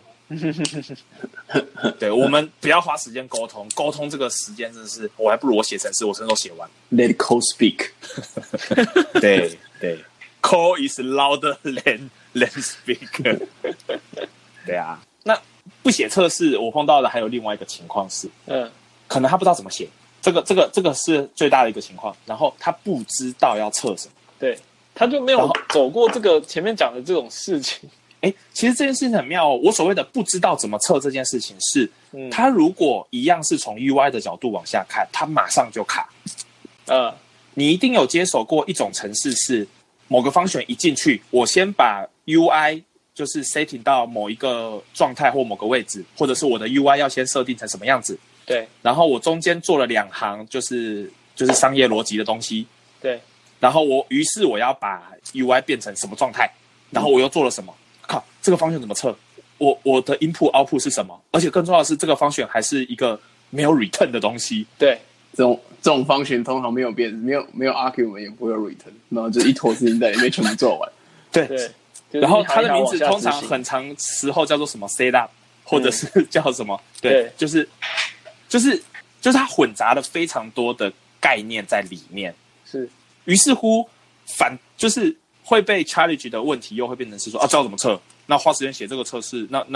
对，我们不要花时间沟通，沟通这个时间真的是，我还不如我写程式，我程式都写完。 Let code speak 。 对对 ，code is louder than than speak 。对啊，那不写测试，我碰到的还有另外一个情况是，嗯，可能他不知道怎么写，这个这个这个是最大的一个情况。然后他不知道要测什么， 对，他就没有走过这个前面讲的这种事情。 哎，其实这件事情很妙哦。我所谓的不知道怎么测这件事情是，嗯，他如果一样是从 U I 的角度往下看，他马上就卡。呃，你一定有接手过一种程式是某个function一进去，我先把 U I 就是 setting 到某一个状态或某个位置，或者是我的 U I 要先设定成什么样子。 对。然后我中间做了两行，就是就是商业逻辑的东西。 对。 然后我于是我要把 U I 变成什么状态，然后我又做了什么。靠，这个function怎么测？我我的 input output 是什么？而且更重要的是，这个function还是一个没有 return 的东西。 对， 这种这种function通常没有变，没有没有 argument 也不会有 return， 然后就一坨事情在里面全部做完。 对对，就是、然后它的名字通常很长时候叫做什么 setup， 或者是叫什么？嗯、对，对就是就是就是它混杂了非常多的概念在里面。 是， 于是乎反就是。会被 challenge 的问题又会变成是说啊，知道怎么测？那花时间写这个测试，那那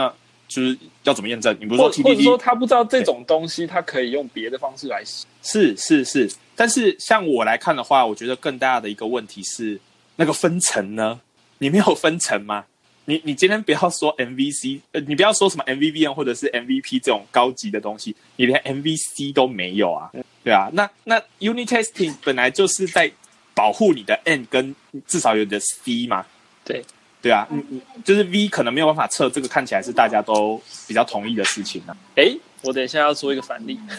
就是要怎么验证？你不是说 T D D， 或者说他不知道这种东西，他可以用别的方式来写。 是是是，但是像我来看的话，我觉得更大的一个问题是那个分层呢，你没有分层吗？你你今天不要说 M V C， 呃，你不要说什么 M V V M 或者是 M V P 这种高级的东西，你连 M V C 都没有啊，对啊，那那 Unit Testing 本来就是在保护你的 N 跟至少有你的 C 嘛， 对对啊，嗯嗯，就是 V 可能没有办法测，这个看起来是大家都比较同意的事情啊。 哎，我等一下要说一个反例。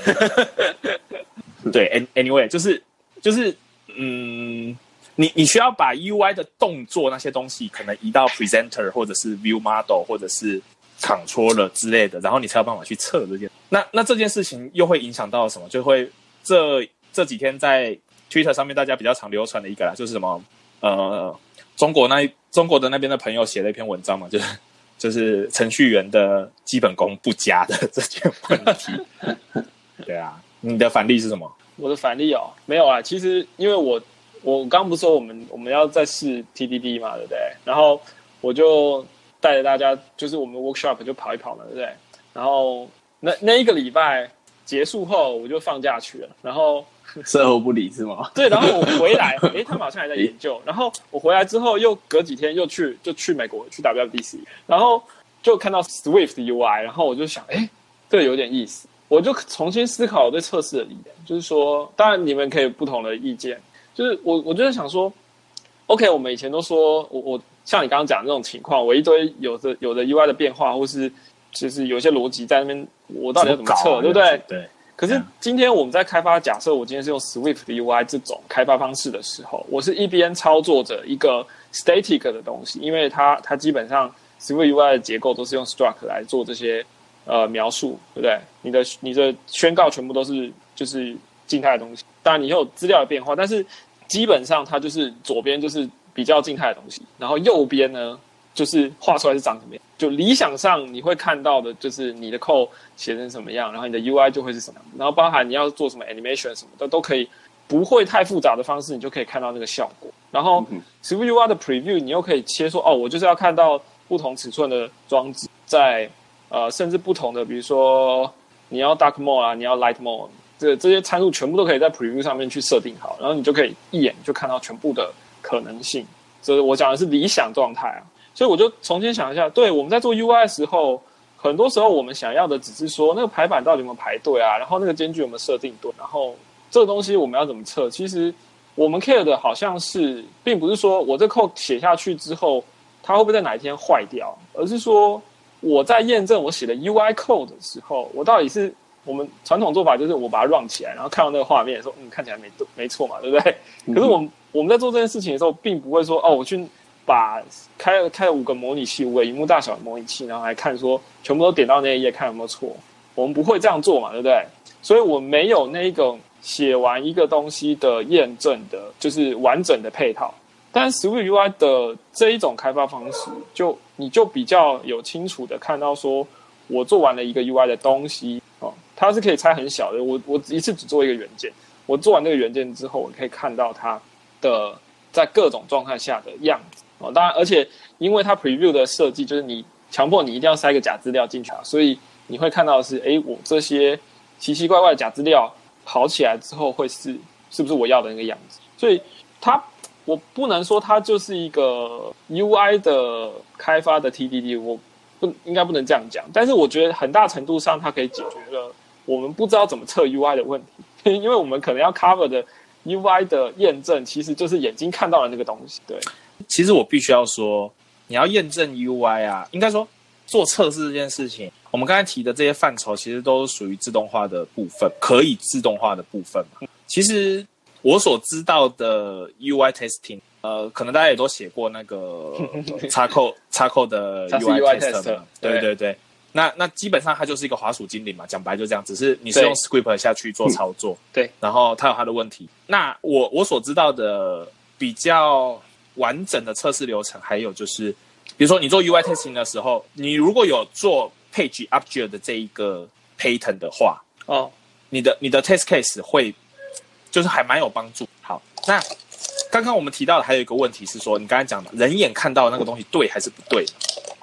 对 ，anyway， 就是就是嗯。你你需要把 U I 的动作那些东西可能移到 Presenter 或者是 View Model 或者是 Controller 之类的，然后你才有办法去测这件。那那这件事情又会影响到什么？就会这这几天在 Twitter 上面大家比较常流传的一个啦，就是什么呃中国那中国的那边的朋友写了一篇文章嘛，就是就是程序员的基本功不佳的这件问题。对啊，你的反例是什么？ 我的反例哦，没有啊，其实因为我。我刚刚不是说我们我们要再试 T D D 嘛，对不对？然后我就带着大家，就是我们 workshop 就跑一跑嘛，对不对？然后那那一个礼拜结束后，我就放假去了。然后售后不理是吗？ 对，然后我回来，诶，他们好像还在研究。然后我回来之后，又隔几天又去就去美国去 W W D C， 然后就看到 Swift U I， 然后我就想，诶，这个有点意思。我就重新思考我对测试的理念，就是说，当然你们可以有不同的意见。就是我，我就是想说 ，OK， 我们以前都说，我我像你刚刚讲的那种情况，我一堆有的有的 U I 的变化，或是就是有一些逻辑在那边，我到底要怎么测， 啊、 对不对？ 对。 可是今天我们在开发，假设我今天是用 Swift 的 U I 这种开发方式的时候，我是一边操作着一个 static 的东西，因为它它基本上 Swift U I 的结构都是用 struct 来做这些呃描述，对不对？你的你的宣告全部都是就是静态的东西，当然你有资料的变化，但是基本上它就是左边就是比较静态的东西，然后右边呢就是画出来是长什么样。就理想上你会看到的就是你的 code 写成什么样，然后你的 U I 就会是什么样，然后包含你要做什么 animation 什么的都可以，不会太复杂的方式你就可以看到那个效果。然后 Swift U I 的 preview 你又可以切说哦，我就是要看到不同尺寸的装置在呃甚至不同的，比如说你要 dark mode 啊，你要 light mode。这这些参数全部都可以在 preview 上面去设定好，然后你就可以一眼就看到全部的可能性。所以我讲的是理想状态啊，所以我就重新想一下，对，我们在做 U I 的时候，很多时候我们想要的只是说那个排版到底有没有排对啊，然后那个间距有没有设定对，然后这个东西我们要怎么测？其实我们 care 的好像是，并不是说我这 code 写下去之后，它会不会在哪一天坏掉，而是说我在验证我写的 U I code 的时候，我到底是。我们传统做法就是我把它 run 起来，然后看到那个画面说，嗯，看起来没没错嘛，对不对？嗯、可是我们我们在做这件事情的时候，并不会说，哦，我去把开开了五个模拟器，五个萤幕大小的模拟器，然后来看说全部都点到那一页看有没有错。我们不会这样做嘛，对不对？所以我没有那种写完一个东西的验证的，就是完整的配套。但是 Swift U I 的这一种开发方式，就你就比较有清楚的看到说，我做完了一个 U I 的东西。哦，它是可以拆很小的。我我一次只做一个元件，我做完这个元件之后，我可以看到它的在各种状态下的样子。哦，当然，而且因为它 preview 的设计就是你强迫你一定要塞个假资料进去啊，所以你会看到的是，哎，我这些奇奇怪怪的假资料跑起来之后会是是不是我要的那个样子？所以它我不能说它就是一个 U I 的开发的 T D D， 我。不应该不能这样讲，但是我觉得很大程度上它可以解决了我们不知道怎么测 U I 的问题，因为我们可能要 cover 的 U I 的验证其实就是眼睛看到的那个东西。对， 其实我必须要说，你要验证 U I 啊，应该说做测试这件事情，我们刚才提的这些范畴其实都属于自动化的部分，可以自动化的部分嘛。其实我所知道的 U I testing。呃，可能大家也都写过那个插扣插扣的 U I tester 嘛，对对对。那那基本上它就是一个滑鼠精灵嘛，讲白就这样，只是你是用 script 下去做操作， 对。 然后它有它的问题。那我我所知道的比较完整的测试流程，还有就是，比如说你做 U I testing 的时候，你如果有做 page object 的这一个 pattern 的话， 哦， 你的你的 test case 会就是还蛮有帮助。好，那。刚刚我们提到的还有一个问题是说，你刚才讲的人眼看到的那个东西对还是不对？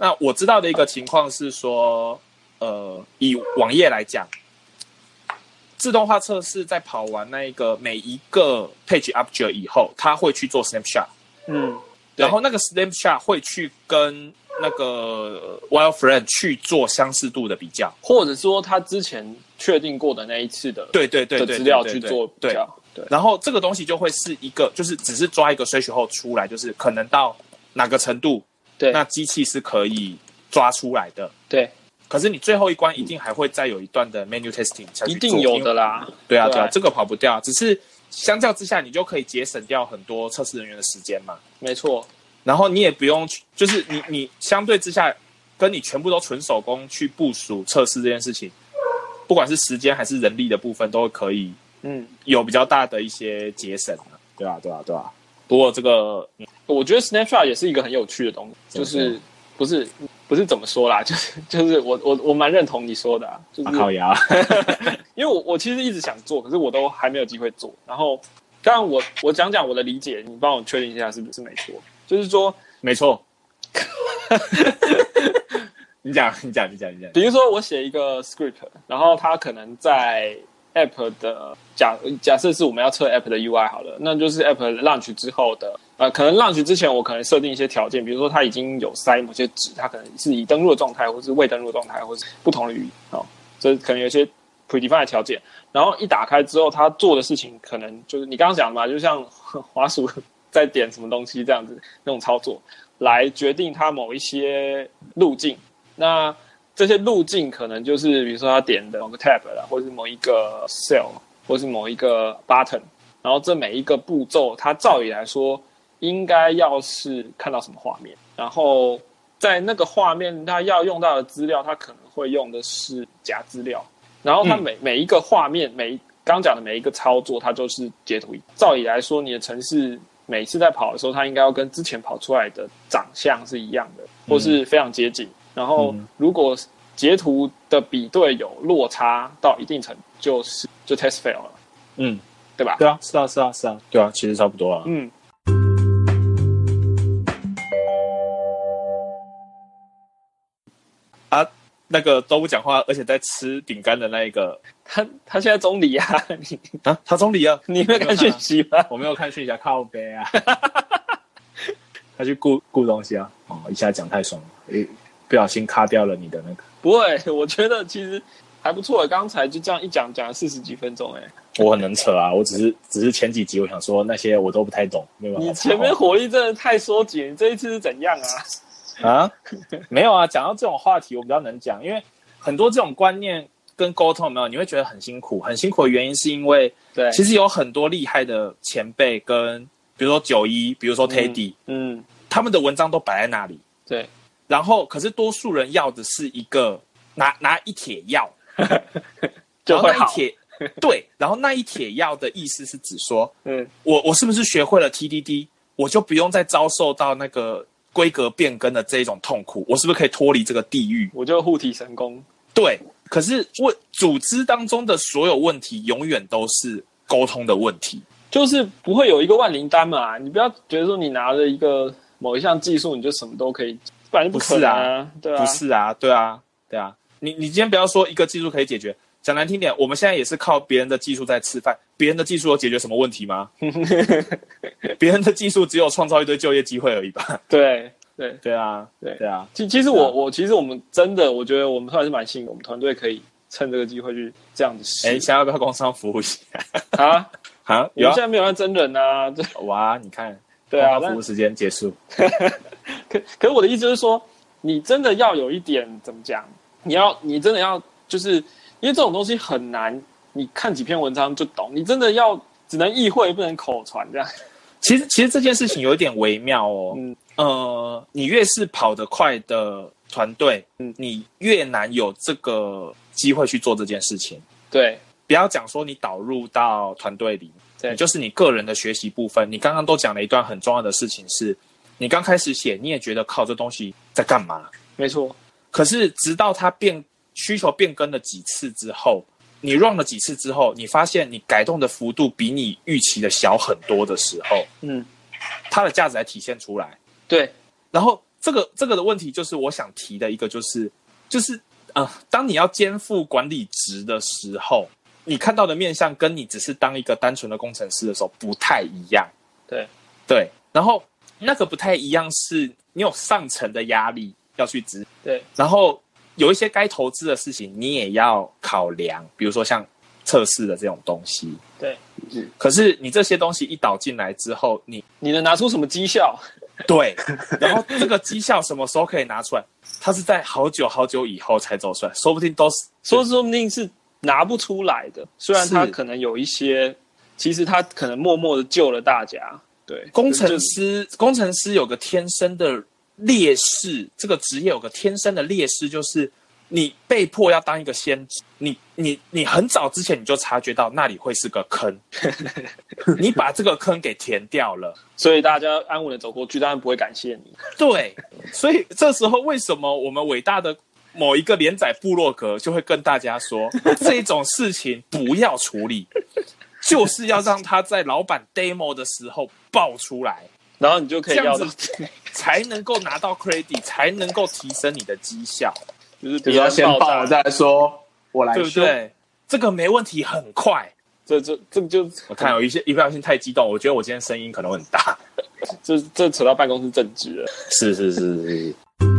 那我知道的一个情况是说，呃，以网页来讲，自动化测试在跑完那一个每一个 page object 以后，它会去做 snapshot， 嗯， 然后那个 snapshot 会去跟那个 wireframe 去做相似度的比较， 或者说他之前确定过的那一次的对对对对的资料去做比较， 对。然后这个东西就会是一个，就是只是抓一个threshold出来，就是可能到哪个程度， 对， 那机器是可以抓出来的， 对。 可是你最后一关一定还会再有一段的 manual testing 下去做， 一定有的啦。 对啊，对啊，这个跑不掉。只是相较之下，你就可以节省掉很多测试人员的时间嘛。 没错。 然后你也不用，就是你你相对之下，跟你全部都纯手工去部署测试这件事情，不管是时间还是人力的部分，都可以，嗯，有比较大的一些节省。对啊，对啊，对啊。不过这个， 嗯、我觉得 snapshot 也是一个很有趣的东西，就是不是。不是怎么说啦，就是就是我我我蛮认同你说的、啊，就是、 啊、靠牙， 因为我我其实一直想做，可是我都还没有机会做。然后，当然我我讲讲我的理解，你帮我确定一下是不是没错？就是说， 没错。你讲，你讲，你讲，你讲。 比如说我写一个 script， 然后它可能在 app 的假假设是我们要测 app 的 U I 好了，那就是 app launch 之后的。呃，可能 launch 之前，我可能设定一些条件，比如说它已经有塞某些值，它可能是已登录的状态，或是未登录的状态，或是不同的语义，哦，这可能有一些 predefined 的条件。然后一打开之后，它做的事情可能就是你刚刚讲的嘛，就像滑鼠在点什么东西这样子那种操作，来决定它某一些路径。那这些路径可能就是比如说它点的某个 tab 啦，或是某一个 cell， 或是某一个 button， 然后这每一个步骤，它照理来说。应该要是看到什么画面，然后在那个画面它要用到的资料，它可能会用的是假资料，然后它每、嗯、每一个画面，每刚讲的每一个操作，它就是截图。照理来说，你的程式每次在跑的时候，它应该要跟之前跑出来的长相是一样的，或是非常接近。嗯、然后如果截图的比对有落差到一定程度，就是就 test fail 了， 嗯， 对吧？ 对啊，是啊，是啊，是啊，对啊，其实差不多啊， 嗯。 啊，那个都不讲话，而且在吃饼干的那一个， 他他现在中离啊，你啊，他中离啊， 你没有看讯息吗？ 我没有看讯息啊，靠北啊，他去顾顾东西啊，哦，一下讲太爽了，不小心卡掉了你的那个。 不会，我觉得其实还不错，刚才就这样一讲讲了四十几分钟，哎， 我很能扯啊，我只是只是前几集我想说那些我都不太懂，没有办法。 你前面火力真的太缩紧，你这一次是怎样啊？ 啊，没有啊，讲到这种话题我比较能讲，因为很多这种观念跟沟通有没有，你会觉得很辛苦，很辛苦的原因是因为， 对， 其实有很多厉害的前辈跟，比如说九一，比如说 Teddy， 嗯，嗯他们的文章都摆在那里， 对， 然后可是多数人要的是一个拿拿一帖药， 就会好， 对，然后那一帖药的意思是指说， 嗯， 我我是不是学会了 T D D， 我就不用再遭受到那个。规格变更的这一种痛苦，我是不是可以脱离这个地狱？ 我就护体神功。 对，可是问组织当中的所有问题，永远都是沟通的问题， 就是不会有一个万灵丹嘛。你不要觉得说你拿了一个某一项技术，你就什么都可以，不然就不可能啊，对啊， 不是啊，对啊，对啊。你你今天不要说一个技术可以解决，讲难听点，我们现在也是靠别人的技术在吃饭，别人的技术有解决什么问题吗？别人的技术只有创造一堆就业机会而已吧？ 对对对啊，对对啊。 其其实我、啊、我其实我们真的，我觉得我们算是蛮幸运，我们团队可以趁这个机会去这样子试。 哎，想要不要工商服务一下？ 啊啊， 我们现在没有要真人啊。 哇，你看， 对啊， 服务时间结束。 可可是我的意思就是说，你真的要有一点怎么讲？你要你真的要就是，因为这种东西很难，你看几篇文章就懂。你真的要只能意会，不能口传这样。 其实其实这件事情有一点微妙哦。嗯，呃，你越是跑得快的团队，嗯，你越难有这个机会去做这件事情。 对， 不要讲说你导入到团队里，对，就是你个人的学习部分。你刚刚都讲了一段很重要的事情是，你刚开始写，你也觉得靠这东西在干嘛？ 没错。可是直到它变需求变更了几次之后，你 run 了几次之后，你发现你改动的幅度比你预期的小很多的时候，嗯，它的价值才体现出来。 对， 然后这个这个的问题就是我想提的一个就是就是呃，当你要肩负管理职的时候，你看到的面向跟你只是当一个单纯的工程师的时候不太一样。 对对，然后那个不太一样是你有上层的压力要去执， 对， 然后有一些该投资的事情你也要考量，比如说像测试的这种东西。 对， 可是你这些东西一导进来之后，你你能拿出什么绩效？ 对，然后这个绩效什么时候可以拿出来？它是在好久好久以后才走出来，说不定都是说说不定是拿不出来的。虽然他可能有一些，其实他可能默默的救了大家。对， 工程师，工程师有个天生的劣势，这个职业有个天生的劣势，就是你被迫要当一个先知，你你你很早之前你就察觉到那里会是个坑，你把这个坑给填掉了， 所以大家安稳的走过去，当然不会感谢你。 对，所以这时候为什么我们伟大的某一个连载部落格就会跟大家说，这种事情不要处理，就是要让他在老板 demo 的时候爆出来， 然后你就可以要到， 才能够拿到 credit， 才能够提升你的绩效。 就是比如先爆再说，我来对不对？这个没问题，很快。 这这这就我看有一些一不小心太激动，我觉得我今天声音可能很大。 这这扯到办公室政治了。 是是是是。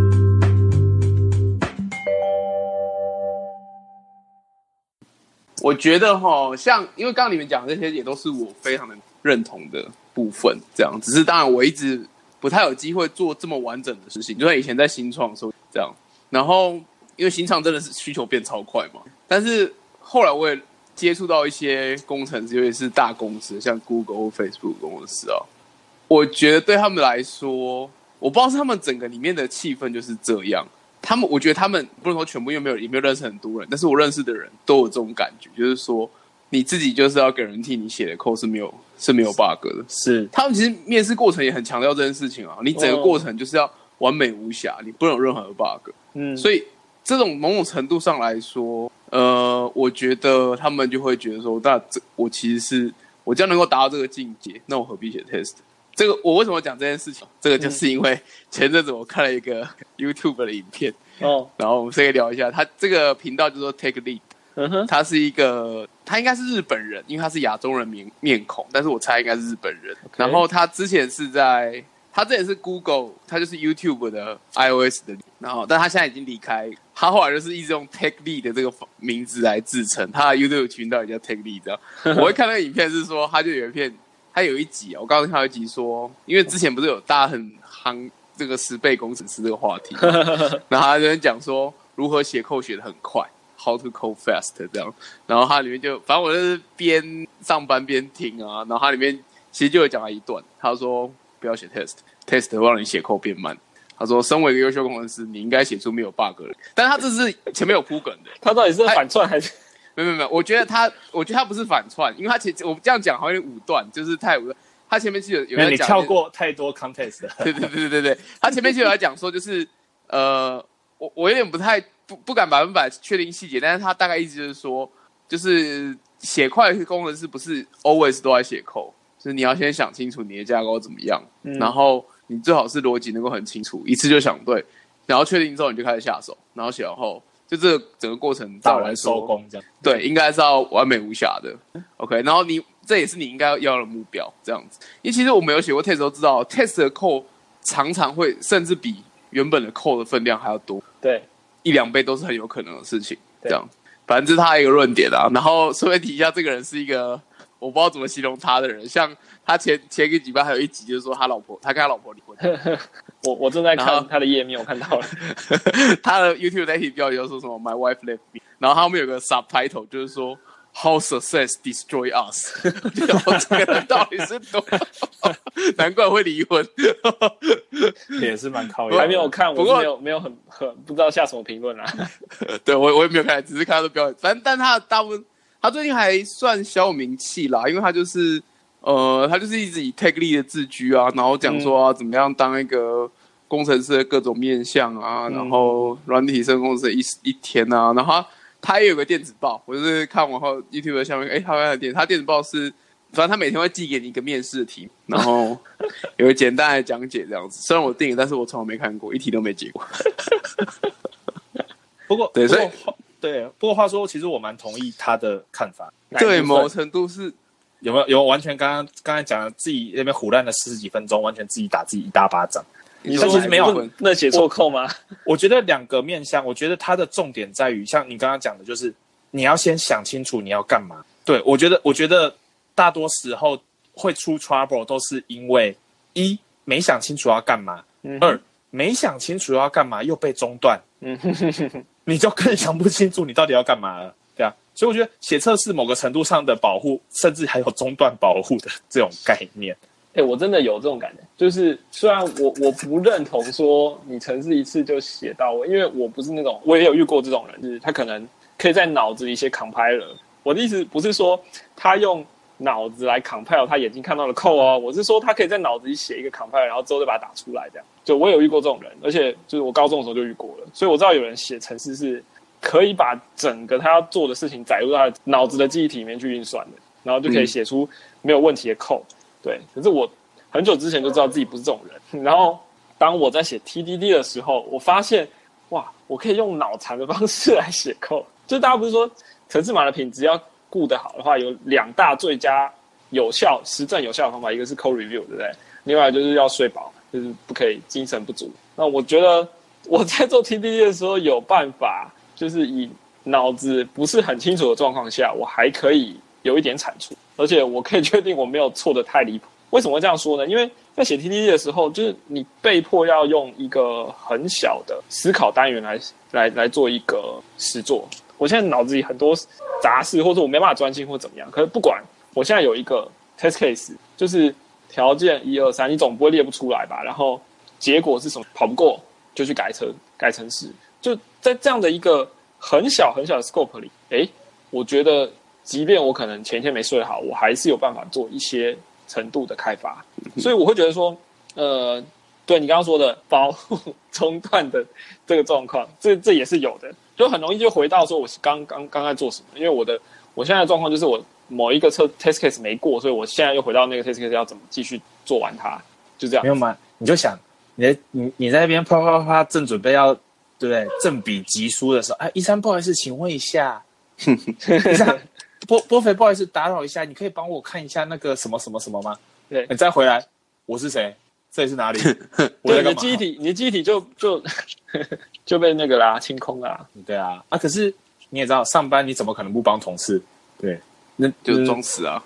我觉得齁，像因为刚刚你们讲的这些也都是我非常的认同的部分，这样。只是当然我一直不太有机会做这么完整的事情，就像以前在新创的时候这样。然后因为新创真的是需求变超快嘛，但是后来我也接触到一些工程师，尤其是大公司，像 Google 或 Facebook 公司啊，我觉得对他们来说，我不知道是他们整个里面的气氛就是这样。他们，我觉得他们不能说全部，因为没有也没有认识很多人，但是我认识的人都有这种感觉，就是说你自己就是要给人替你写的 code 是没有是没有 bug 的。 是， 他们其实面试过程也很强调这件事情啊，你整个过程就是要完美无瑕，你不能有任何的 bug。嗯，所以这种某种程度上来说，呃，我觉得他们就会觉得说，那这我其实是我只要能够达到这个境界，那我何必写 test？ 这个我为什么讲这件事情？这个就是因为前阵子我看了一个 YouTube 的影片，哦，然后我们可以聊一下，他这个频道叫做 Take Lead， 嗯哼，他是一个，他应该是日本人，因为他是亚洲人面面孔，但是我猜应该是日本人。Okay. 然后他之前是在。他这也是 Google， 他就是 YouTube 的 iOS 的，然后但他现在已经离开，他后来就是一直用 Take Lead 的这个名字来自称，他的 YouTube 频道也叫 Take Lead 这样。我会看那个影片是说，他就有一片，他有一集，我刚刚看到一集说，因为之前不是有大家很夯这个十倍工程师这个话题，然后他就讲说如何写code写得很快 ，How to code fast 这样，然后他里面就，反正我就是边上班边听啊，然后他里面其实就有讲了一段，他说。不要写 test，test 会让你写code变慢。他说，身为一个优秀工程师，你应该写出没有 bug 的。但是他这是前面有铺梗的， 他到底是反串还是？ 没有没有没有，我觉得他，我觉得他不是反串，因为他前我这样讲好像有点武断，就是太武断。他前面其实有有在讲， 你跳过太多 context 了。 对对对对对，他前面其实有在讲说，就是呃，我我有点不太不不敢百分百确定细节，但是他大概意思就是说，就是写快的工程师不是 always 都在写code。就是你要先想清楚你的架构怎么样，嗯、然后你最好是逻辑能够很清楚，一次就想对，然后确定之后你就开始下手，然后写完后，就这个整个过程打完收工这样。 对，应该是要完美无瑕的 ，OK。然后你这也是你应该要的目标，这样子。因为其实我们有写过 test 都知道 ，test 的 code 常常会甚至比原本的 code 的分量还要多， 对， 一两倍都是很有可能的事情。这样，反正这是他一个论点啊。然后顺便提一下，这个人是一个。我不知道怎么形容他的人，像他前前个礼拜还有一集，就是说他老婆，他跟他老婆离婚。 我我正在看他的页面，我看到了他的 YouTube 那题标题就说什么 "My wife left me"， 然后他后面有个 subtitle 就是说 "How success destroy us"， 就这个人到底是多，难怪会离婚， 也是蛮靠谱。 还没有看，我没有没有很很不知道下什么评论啦。 对我我也没有看，只是看他的标题，反正但他的大部分。他最近还算小有名气啦，因为他就是呃，他就是一直以 Take Lead 的自居啊，然后讲说啊，怎么样当一个工程师的各种面向啊，嗯、然后软体生工程师一一天啊，然后他他也有个电子报，我就是看完后 YouTube 的下面，哎，他有电，他电子报是反正他每天会寄给你一个面试的题，然后有个简单的讲解这样子。虽然我订了，但是我从来没看过，一题都没解过。 不过对，所以对，不过话说，其实我蛮同意他的看法。 对，某程度是有没有有完全刚刚刚才讲的自己那边胡乱了四十几分钟，完全自己打自己一大巴掌。 你说没有那写错扣吗？ 我, 我觉得两个面向，我觉得它的重点在于，像你刚刚讲的，就是你要先想清楚你要干嘛。对，我觉得，我觉得大多时候会出 trouble 都是因为一没想清楚要干嘛，嗯、二没想清楚要干嘛又被中断，嗯、你就更想不清楚你到底要干嘛了，对啊。所以我觉得写测试某个程度上的保护，甚至还有中断保护的这种概念。 哎、欸，我真的有这种感觉，就是虽然我我不认同说你程式一次就写到位，因为我不是那种，我也有遇过这种人，就是他可能可以在脑子里写 compiler。我的意思不是说他用脑子来 compile 他眼睛看到的 code 哦，我是说他可以在脑子里写一个 compiler， 然后之后再把它打出来，这样。就我有遇过这种人，而且就是我高中的时候就遇过了，所以我知道有人写程式是可以把整个他要做的事情载入他的脑子的记忆体里面去运算的，然后就可以写出没有问题的 code。对，可是我很久之前就知道自己不是这种人。然后当我在写 T D D 的时候，我发现哇，我可以用脑残的方式来写 code。就是大家不是说程式码的品质要顾得好的话，有两大最佳有效、实证有效的方法，一个是 code review， 对不对？另外就是要睡饱，就是不可以精神不足。那我觉得我在做 T D D 的时候有办法，就是以脑子不是很清楚的状况下，我还可以有一点产出。而且我可以确定我没有错的太离谱。为什么会这样说呢？因为在写 T D D 的时候，就是你被迫要用一个很小的思考单元来来来做一个实作。我现在脑子里很多杂事，或者我没办法专心或怎么样。可是不管，我现在有一个 test case， 就是条件一二三，你总不会列不出来吧？然后结果是什么？跑不过就去改车改程式。就在这样的一个很小很小的 scope 里，哎，我觉得。即便我可能前一天没睡好，我还是有办法做一些程度的开发，所以我会觉得说，呃，对你刚刚说的保护中断的这个状况，这这也是有的，就很容易就回到说我刚刚刚在做什么，因为我的我现在的状况就是我某一个测 test case 没过，所以我现在又回到那个 test case 要怎么继续做完它，就这样。 没有吗？你就想，你在你你在那边啪啪啪正准备要对不对正比急书的时候，哎，一三不好意思，请问一下，一三。波波肥，不好意思打扰一下，你可以帮我看一下那个什么什么什么吗？ 对， 你再回来，我是谁？这里是哪里？ 对，你的记忆体，你的记忆体就就就被那个啦清空啦。 对啊，啊，可是你也知道，上班你怎么可能不帮同事？对， 那就是装死啊。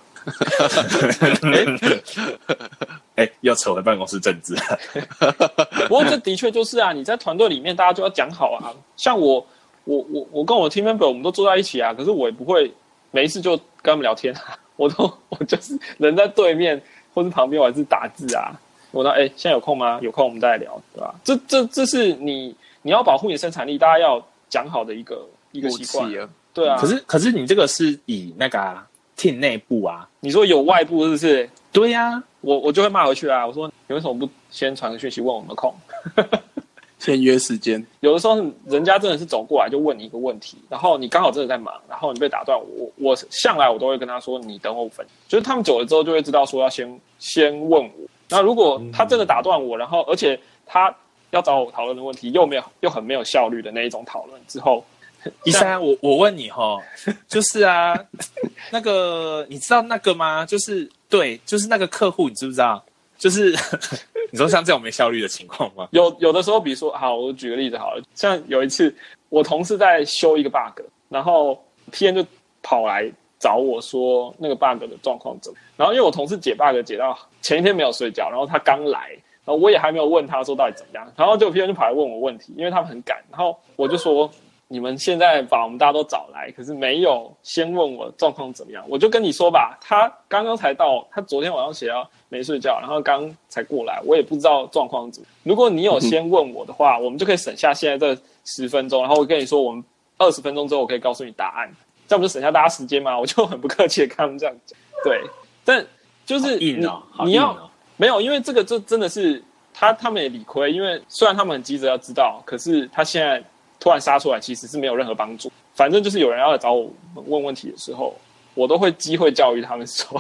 哎欸，又扯回办公室政治。 不过这的确就是啊，你在团队里面，大家就要讲好啊。像我。我我我跟我的 team member 我们都坐在一起啊，可是我也不会没事就跟他们聊天啊，我都我就是人在对面或是旁边，我还是打字啊。我说哎，现在有空吗？有空我们再来聊，对吧？这这这是你你要保护你的生产力，大家要讲好的一个一个习惯啊。对啊， 可是可是你这个是以那个、啊、team 内部啊， 你说有外部是不是？ 对呀、啊， 我我就会骂回去啊。我说你为什么不先传个讯息问我们的空？ 先约时间， 有的时候人家真的是走过来就问你一个问题，然后你刚好真的在忙，然后你被打断，我我向来我都会跟他说你等我五分，就是他们久了之后就会知道说要先先问我。那如果他真的打断我，然后而且他要找我讨论的问题又没有又很没有效率的那一种讨论之后， 一三我我问你哈，就是啊，那个你知道那个吗？就是对，就是那个客户，你知不知道？就是你说像这种没效率的情况吗？ 有有的时候，比如说，好，我举个例子好了，像有一次我同事在修一个 bug， 然后 P M 就跑来找我说那个 bug 的状况怎么，然后因为我同事解 bug 解到前一天没有睡觉，然后他刚来，然后我也还没有问他说到底怎么样，然后就 P M 就跑来问我问题，因为他们很赶，然后我就说你们现在把我们大家都找来，可是没有先问我状况怎么样，我就跟你说吧，他刚刚才到，他昨天晚上写到没睡觉，然后刚才过来，我也不知道状况怎么。如果你有先问我的话，我们就可以省下现在这十分钟，然后我跟你说，我们二十分钟之后我可以告诉你答案，这样不就省下大家时间吗？我就很不客气的跟他们这样讲。对，但就是你、 哦哦、 你要没有，因为这个就真的是他他们也理亏，因为虽然他们很急着要知道，可是他现在突然杀出来，其实是没有任何帮助。反正就是有人要来找我问问题的时候，我都会机会教育他们说。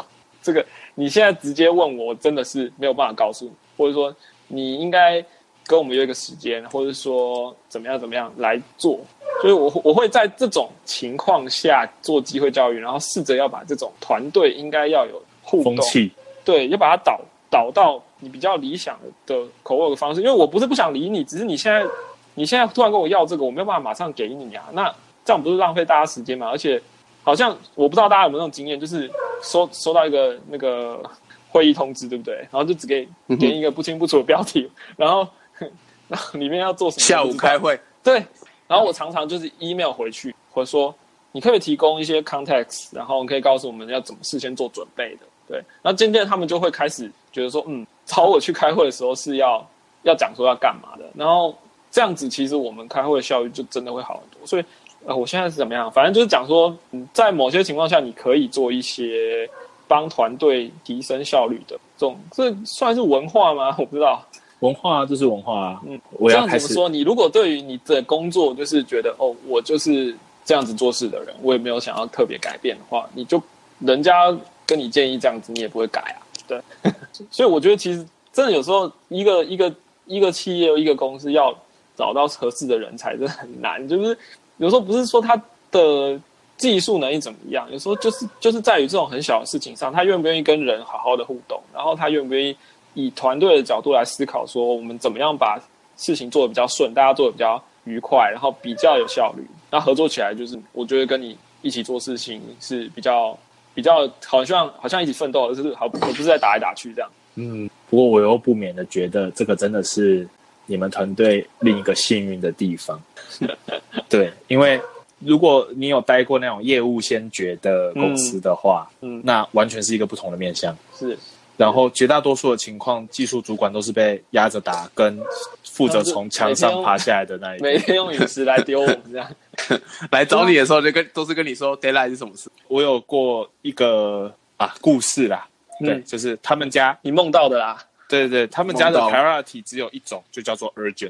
这个你现在直接问我，真的是没有办法告诉你，或者说你应该跟我们约一个时间，或者说怎么样怎么样来做。所以我我会在这种情况下做机会教育，然后试着要把这种团队应该要有互动， 风气， 对，要把它导导到你比较理想的口味的方式。因为我不是不想理你，只是你现在你现在突然跟我要这个，我没有办法马上给你啊，那这样不是浪费大家时间吗？而且好像我不知道大家有没有那种经验，就是收收到一个那个会议通知，对不对？然后就只给给一个不清不楚的标题，然后然后里面要做什么？ 下午开会， 对。然后我常常就是 email 回去，或者说你可不可以提供一些 context， 然后可以告诉我们要怎么事先做准备的，对。然后渐渐他们就会开始觉得说，嗯，找我去开会的时候是要要讲说要干嘛的，然后这样子其实我们开会的效率就真的会好很多。所以呃，我现在是怎么样？反正就是讲说，嗯，在某些情况下你可以做一些帮团队提升效率的这种，这算是文化吗？我不知道。 文化啊，这是文化啊。 嗯， 我要开始这样怎么说？你如果对于你的工作就是觉得哦，我就是这样子做事的人，我也没有想要特别改变的话，你就人家跟你建议这样子，你也不会改啊。对，所以我觉得其实真的有时候一个一个一个企业一个公司要找到合适的人才真的很难，就是有时候不是说他的技术能力怎么样，有时候就是就是在于这种很小的事情上，他愿不愿意跟人好好的互动，然后他愿不愿意以团队的角度来思考，说我们怎么样把事情做得比较顺，大家做得比较愉快，然后比较有效率，那合作起来就是我觉得跟你一起做事情是比较比较好像好像一起奋斗，就是好不是在打来打去这样。 嗯，不过我又不免的觉得这个真的是你们团队另一个幸运的地方。对，因为如果你有待过那种业务先决的公司的话，嗯，那完全是一个不同的面向。 是。 然后绝大多数的情况，技术主管都是被压着打，跟负责从墙上爬下来的那一每天用陨石来丢我们这样。 来找你的时候就跟都是跟你说 deadline 是什么事。 我有过一个啊故事啦，对，嗯、就是他们家你梦到的啦。 对对对，他们家的 priority 只有一种，就叫做 urgent。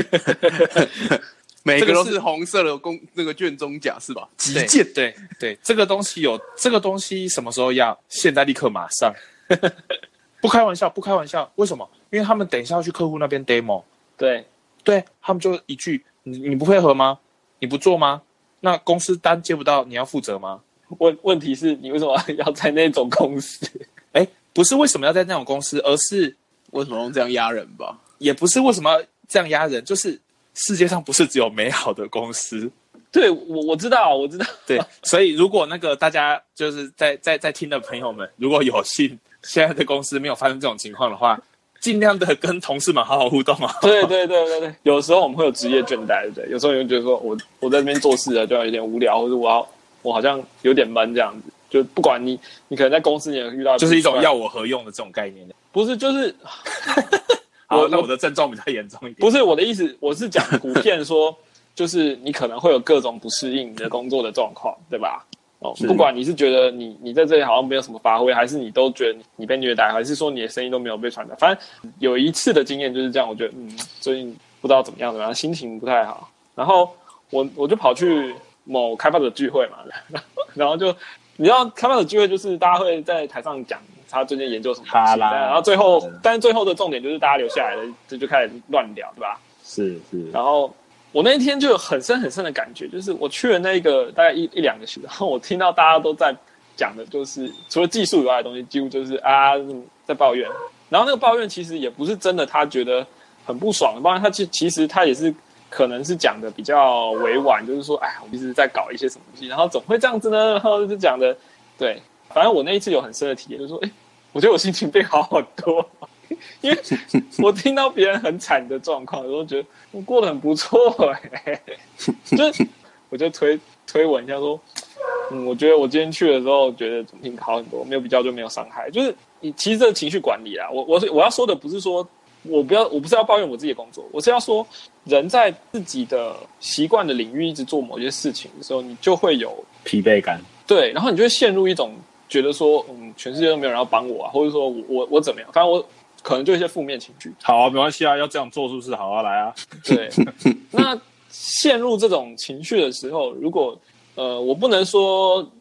每个都是红色的公那个卷宗甲是吧？急件。 对 对, 对，这个东西有这个东西什么时候要？现在立刻马上。不开玩笑，不开玩笑。为什么？因为他们等一下要去客户那边 demo。 对， 对他们就一句：你你不配合吗？你不做吗？那公司单接不到，你要负责吗？ 问问题是你为什么要在那种公司？ 哎，不是为什么要在那种公司，而是为什么用这样压人吧？ 也不是为什么要这样压人，就是世界上不是只有美好的公司。 对，我我知道，我知道。 对，所以如果那个大家就是在在在听的朋友们，如果有幸现在的公司没有发生这种情况的话，尽量的跟同事们好好互动啊。 对对对对对，有时候我们会有职业倦怠，对不对？有时候你会觉得说我我在这边做事了，就有点无聊，或者我要我好像有点闷这样子。就不管你你可能在公司也遇到， 就是一种要我何用的这种概念。 不是，就是好，那我的症状比较严重一点。 不是我的意思，我是讲普遍说。就是你可能会有各种不适应你的工作的状况，对吧？哦，不管你是觉得你你在这里好像没有什么发挥，还是你都觉得你被虐待，还是说你的声音都没有被传达，反正有一次的经验就是这样。我觉得嗯，最近不知道怎么样怎么样，心情不太好。然后我我就跑去某开发者聚会嘛，然后就你知道开发者聚会就是大家会在台上讲他最近研究什么东西，然后最后但是最后的重点就是大家留下来的就就开始乱聊，对吧？ 是是， 然后。我那一天就有很深很深的感觉，就是我去了那个大概一一两个学，然后我听到大家都在讲的，就是除了技术以外的东西，几乎就是啊在抱怨。然后那个抱怨其实也不是真的，他觉得很不爽的抱怨，他其其实他也是可能是讲的比较委婉，就是说，哎，我一直在搞一些什么东西，然后怎么会这样子呢？然后就讲的，对，反正我那一次有很深的体验，就是说，哎，我觉得我心情变好很多。因为我听到别人很惨的状况，我都觉得我过得很不错哎、欸，就是我就推推文一下说，嗯，我觉得我今天去的时候觉得挺好很多，没有比较就没有伤害。就是你其实这个情绪管理啊，我我我要说的不是说我不要我不是要抱怨我自己的工作，我是要说人在自己的习惯的领域一直做某些事情的时候，你就会有疲惫感， 对，然后你就会陷入一种觉得说，嗯，全世界都没有人要帮我啊，或者说我我我怎么样，反正我。可能就一些负面情绪。 好啊，没关系啊，要这样做是不是？好啊，来啊。 对，那陷入这种情绪的时候，如果呃，我不能说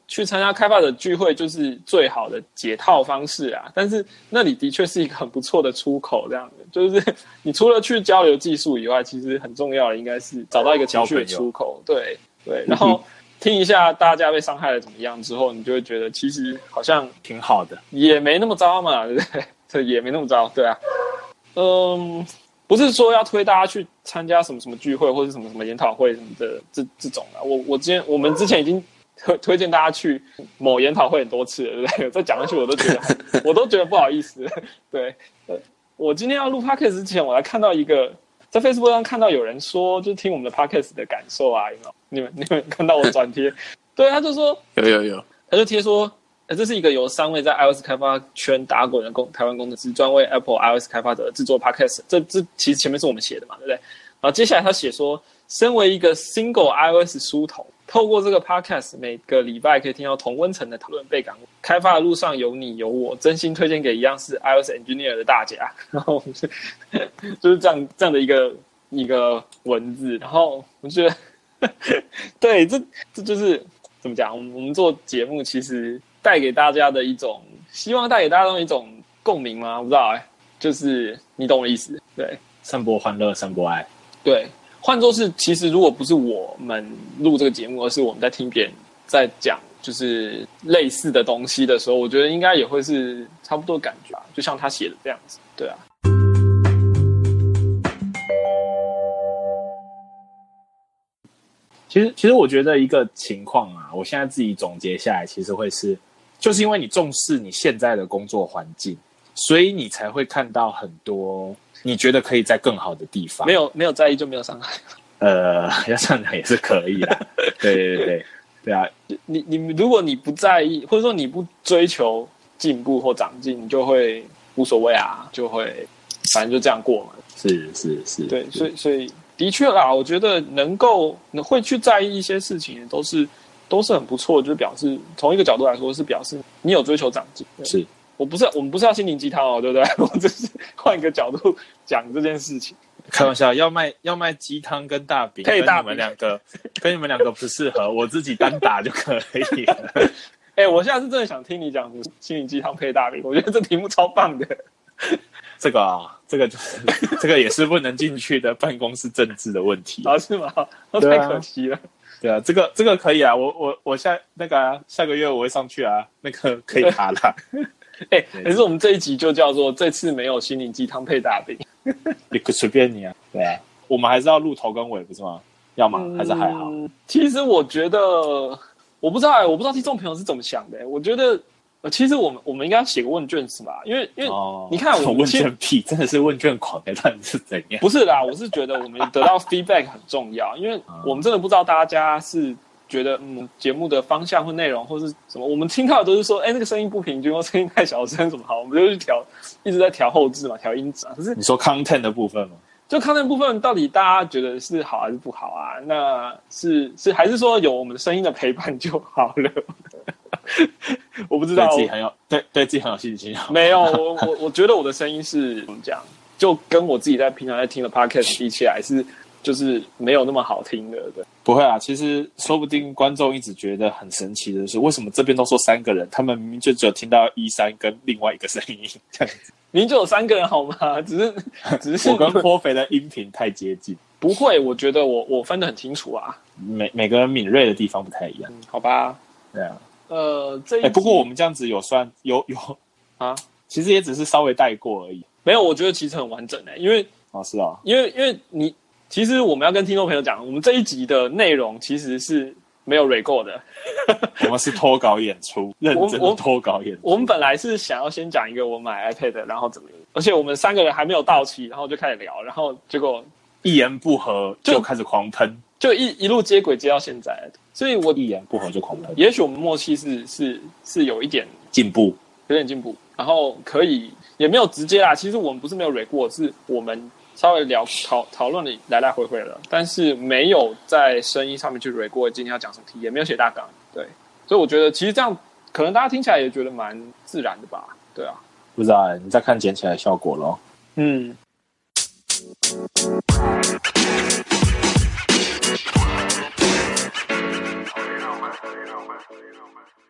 去参加开发者聚会就是最好的解套方式啊，但是那里的确是一个很不错的出口，这样的就是你除了去交流技术以外，其实很重要的应该是找到一个情绪的出口，对对，然后听一下大家被伤害的怎么样之后，你就会觉得其实好像挺好的， 也没那么糟嘛，对不对？这也没那么糟，对啊，嗯，不是说要推大家去参加什么什么聚会或者什么什么研讨会什么的这这种啊，我我之前我们之前已经推推荐大家去某研讨会很多次了，对不对？再讲下去我都觉得我都觉得不好意思，对，我今天要录 podcast 之前，我还看到一个在 Facebook 上看到有人说，就是听我们的 podcast 的感受啊，有没有？你们你们看到我转贴？对，他就说有有有， 他就贴说。这是一个由三位在 iOS 开发圈打滚的工台湾工程师，专为 Apple iOS 开发者制作 Podcast。这这其实前面是我们写的嘛，对不对？然后接下来他写说，身为一个 Single iOS 书童，透过这个 Podcast， 每个礼拜可以听到同温层的讨论被感悟。开发的路上有你有我，真心推荐给一样是 iOS Engineer 的大家。然后就是这样这样的一个一个文字，然后我觉得，对，这这就是怎么讲？我们我们做节目其实。带给大家的一种，希望带给大家的一种共鸣吗？我不知道哎、欸，就是你懂我的意思，对， 散播欢乐，散播爱， 对。换作是，其实如果不是我们录这个节目，而是我们在听别人在讲，就是类似的东西的时候，我觉得应该也会是差不多的感觉吧，就像他写的这样子，对啊。 其实，其实我觉得一个情况啊，我现在自己总结下来，其实会是。就是因为你重视你现在的工作环境，所以你才会看到很多你觉得可以在更好的地方。 没有没有在意就没有伤害。 呃，要这样讲也是可以啦。对对对对啊！ 你你如果你不在意，或者说你不追求进步或长进，你就会无所谓啊，就会反正就这样过嘛。 是是是， 对，所以所以的确啦，我觉得能够会去在意一些事情，都是。都是很不错，就是表示从一个角度来说是表示你有追求长进。 是， 我不是我们不是要心灵鸡汤哦，对不对？我只是换一个角度讲这件事情。 开玩笑，要卖要卖鸡汤跟大饼， 配大饼跟你们两个跟你们两个不适合，我自己单打就可以了。 哎、欸，我现在是真的想听你讲心灵鸡汤配大饼，我觉得这题目超棒的。 这个啊，这个就是这个也是不能进去的办公室政治的问题啊？是吗？太可惜了。 对啊，这个这个可以啊，我我我下那个、啊、下个月我会上去啊，那个可以爬啦。 哎、欸，可是我们这一集就叫做这次没有心灵鸡汤配大饼， 也可随便你啊。对啊，我们还是要录头跟尾不是吗？要吗？还是还好？ 嗯、其实我觉得，我不知道哎、欸，我不知道听众朋友是怎么想的、欸。我觉得。其实我们我们应该写个问卷是吧？因为因为、哦、你看我们问卷屁真的是问卷狂的，到底是怎样？ 不是啦，我是觉得我们得到 feedback 很重要，因为我们真的不知道大家是觉得嗯节目的方向或内容或是什么，我们听到的都是说，哎，那个声音不平均或声音太小声什么好，我们就去调，一直在调后置嘛，调音质啊。可是你说 content 的部分吗？ 就 content 部分到底大家觉得是好还是不好啊？那是是还是说有我们的声音的陪伴就好了？我不知道， 对自己很有对对自己很有信心。 没有，我我我觉得我的声音是怎么讲，就跟我自己在平常在听的 podcast 比起来是，就是没有那么好听的。对， 不会啊，其实说不定观众一直觉得很神奇的是，为什么这边都说三个人，他们明明就只有听到一三跟另外一个声音这样子。 明明就有三个人好吗？只是只是我跟颇肥的音频太接近。 不会，我觉得我我分得很清楚啊。 每每个人敏锐的地方不太一样。 嗯、好吧。 对啊。 呃，这一、 欸、不过我们这样子有算有有啊， 其实也只是稍微带过而已。 没有，我觉得其实很完整的、欸，因为哦是啊， 因为因为你其实我们要跟听众朋友讲，我们这一集的内容其实是没有 re 过的， 我们是脱稿演出，认真的脱稿演出我。我们本来是想要先讲一个我买 iPad 然后怎么样，而且我们三个人还没有到齐，然后就开始聊，然后结果一言不合就开始狂喷。 就一一路接轨接到现在，所以我一言不合就狂喷。 也许我们默契是是是有一点进步， 有点进步，然后可以也没有直接啦。其实我们不是没有 re 过，是我们稍微聊讨讨论了来来回回了，但是没有在声音上面去 re 过今天要讲什么题，也没有写大纲。对，所以我觉得其实这样可能大家听起来也觉得蛮自然的吧？对啊， 不知道欸，你再看剪起来的效果咯。 嗯。You know, man. You know, man.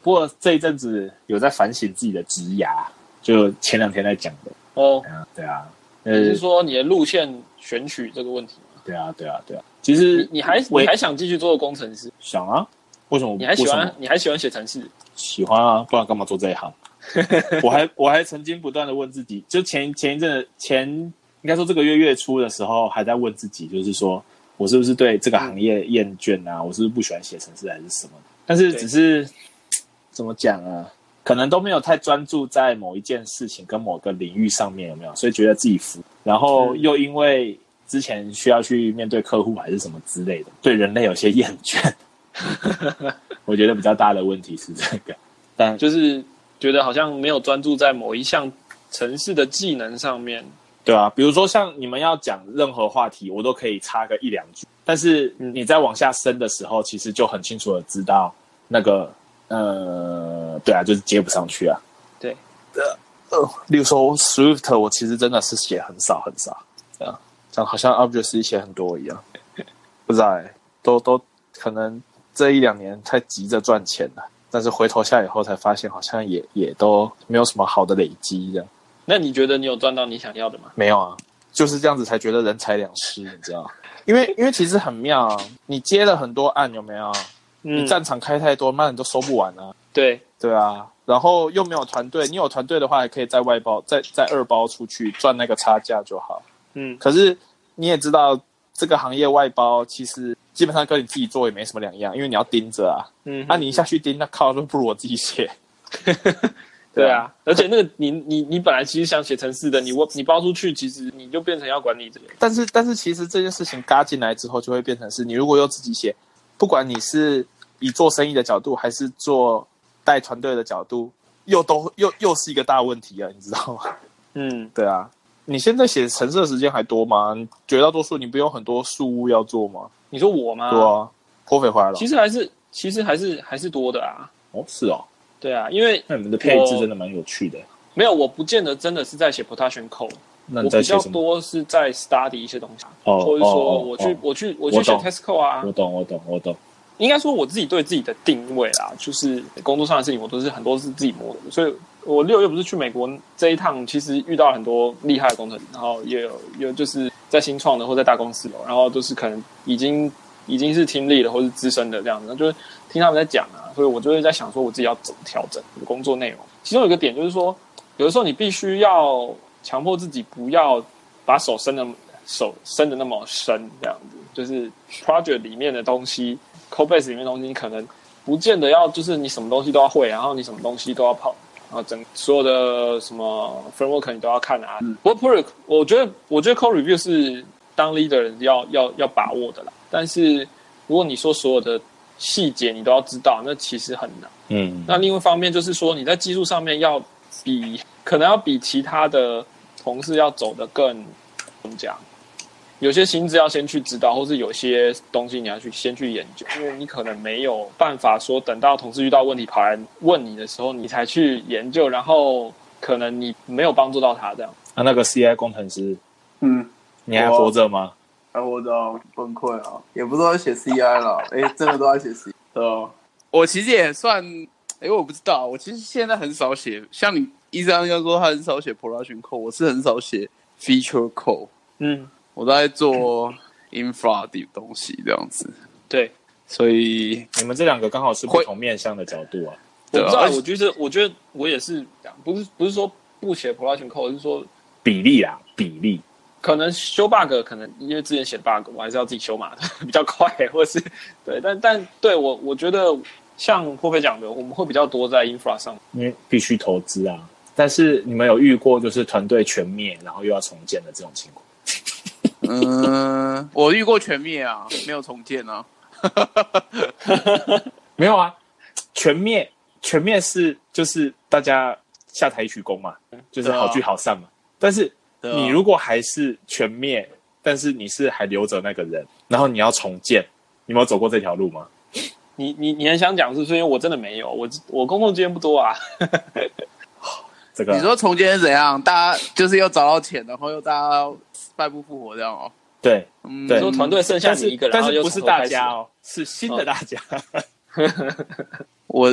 不过这一阵子有在反省自己的职涯，就前两天在讲的。 哦， 对啊， 你是说你的路线选取这个问题吗？ 对啊，对啊，对啊。其实你, 你还你还想继续做工程师？ 想啊，为什么？ 你还喜欢你还喜欢写程式？ 喜欢啊，不然干嘛做这一行？我还我还曾经不断的问自己，就前前一阵的前应该说这个月月初的时候，还在问自己，就是说我是不是对这个行业厌倦啊？嗯、我是不是不喜欢写程式还是什么？但是只是怎么讲啊？可能都没有太专注在某一件事情跟某个领域上面，有没有？所以觉得自己服，然后又因为之前需要去面对客户还是什么之类的，对人类有些厌倦。我觉得比较大的问题是这个，但就是觉得好像没有专注在某一项程式的技能上面。 对啊，比如说像你们要讲任何话题，我都可以插个一两句，但是你在往下深的时候，其实就很清楚的知道那个呃，对啊，就是接不上去啊。 对， 呃，例如说 Swift， 我其实真的是写很少很少，这样，这样好像 Obviously 写很多一样，不知道哎、欸，都都可能这一两年太急着赚钱了，但是回头下以后才发现，好像也也都没有什么好的累积这样。 那你觉得你有赚到你想要的吗？ 没有啊，就是这样子才觉得人财两失，你知道？因为因为其实很妙啊，你接了很多案，有没有？嗯、你战场开太多，慢你都收不完啊。 对对啊，然后又没有团队，你有团队的话，还可以再外包、再再二包出去赚那个差价就好。 嗯， 可是你也知道，这个行业外包其实基本上跟你自己做也没什么两样，因为你要盯着啊。嗯，啊，你一下去盯，那靠，都不如我自己写。 对啊，而且那个你你你本来其实想写程式的，你你包出去，其实你就变成要管理这个。 但是但是其实这件事情嘎进来之后，就会变成是你如果又自己写，不管你是以做生意的角度，还是做带团队的角度，又都又又是一个大问题啊，你知道吗？ 嗯， 对啊。你现在写程式的时间还多吗？绝大多数你不用很多事务要做吗？ 你说我吗？ 对啊，颇肥回来了。 其实还是其实还是还是多的啊。 哦，是哦。 对啊，因为那你们的配置真的蛮有趣的。 没有，我不见得真的是在写 production code， 那你在写什么？ 我比较多是在 study 一些东西， 哦， 或者说我去、 哦、 我去我去写 test code 啊。 我懂，我懂，我懂。 应该说我自己对自己的定位啦，就是工作上的事情，我都是很多是自己摸的。所以我六月不是去美国这一趟，其实遇到了很多厉害的工程师，然后也有有就是在新创的或在大公司的，然后都是可能已经已经是听力的或是资深的这样子，就是听他们在讲啊。所以我就会在想说，我自己要怎么调整我的工作内容。其中有一个点就是说，有的时候你必须要强迫自己不要把手伸的手伸的那么深，这样子。就是 project 里面的东西 ，codebase 里面的东西，你可能不见得要，就是你什么东西都要会，然后你什么东西都要跑，然后整所有的什么 framework 你都要看啊。嗯、不过 project 我觉得，我觉得 code review 是当 leader 要要要把握的啦。但是如果你说所有的细节你都要知道，那其实很难。嗯，那另外一方面就是说，你在技术上面要比可能要比其他的同事要走得更怎么讲？有些薪资要先去知道，或是有些东西你要去先去研究，因为你可能没有办法说等到同事遇到问题跑来问你的时候，你才去研究，然后可能你没有帮助到他这样。 啊，那个 C I 工程师， 嗯， 你还活着吗？ 还活着啊，崩溃啊！也不知道写 C I 了，哎，真的都在写 C I， 对啊。 我其实也算，哎，我不知道，我其实现在很少写，像你医生要说他很少写 production code， 我是很少写 feature code， 嗯， 我都在做 infra 的东西这样子。 对， 所以你们这两个刚好是不同面向的角度啊。 我不知道，我觉得，我觉得我也是这样，不是不是说不写 production code， 是说比例啊，比例。 可能修 bug， 可能因为之前写的 bug， 我还是要自己修嘛，比较快，或是对，但但对我我觉得像破飞讲的，我们会比较多在 infra 上， 因为必须投资啊。但是你们有遇过就是团队全灭，然后又要重建的这种情况？ 嗯，我遇过全灭啊，没有重建啊。 没有啊，全灭全灭是就是大家下台一鞠躬嘛，就是好聚好散嘛。但是你如果还是全灭，但是你是还留着那个人，然后你要重建，你有没有走过这条路吗？ 你你你很想讲是，所以我真的没有，我我工作经验不多啊。 这个你说重建是怎样？大家就是又找到钱，然后又大家败不复活这样哦？ 对， 嗯，对，说团队剩下你一个人， 但是不是大家哦，是新的大家。 我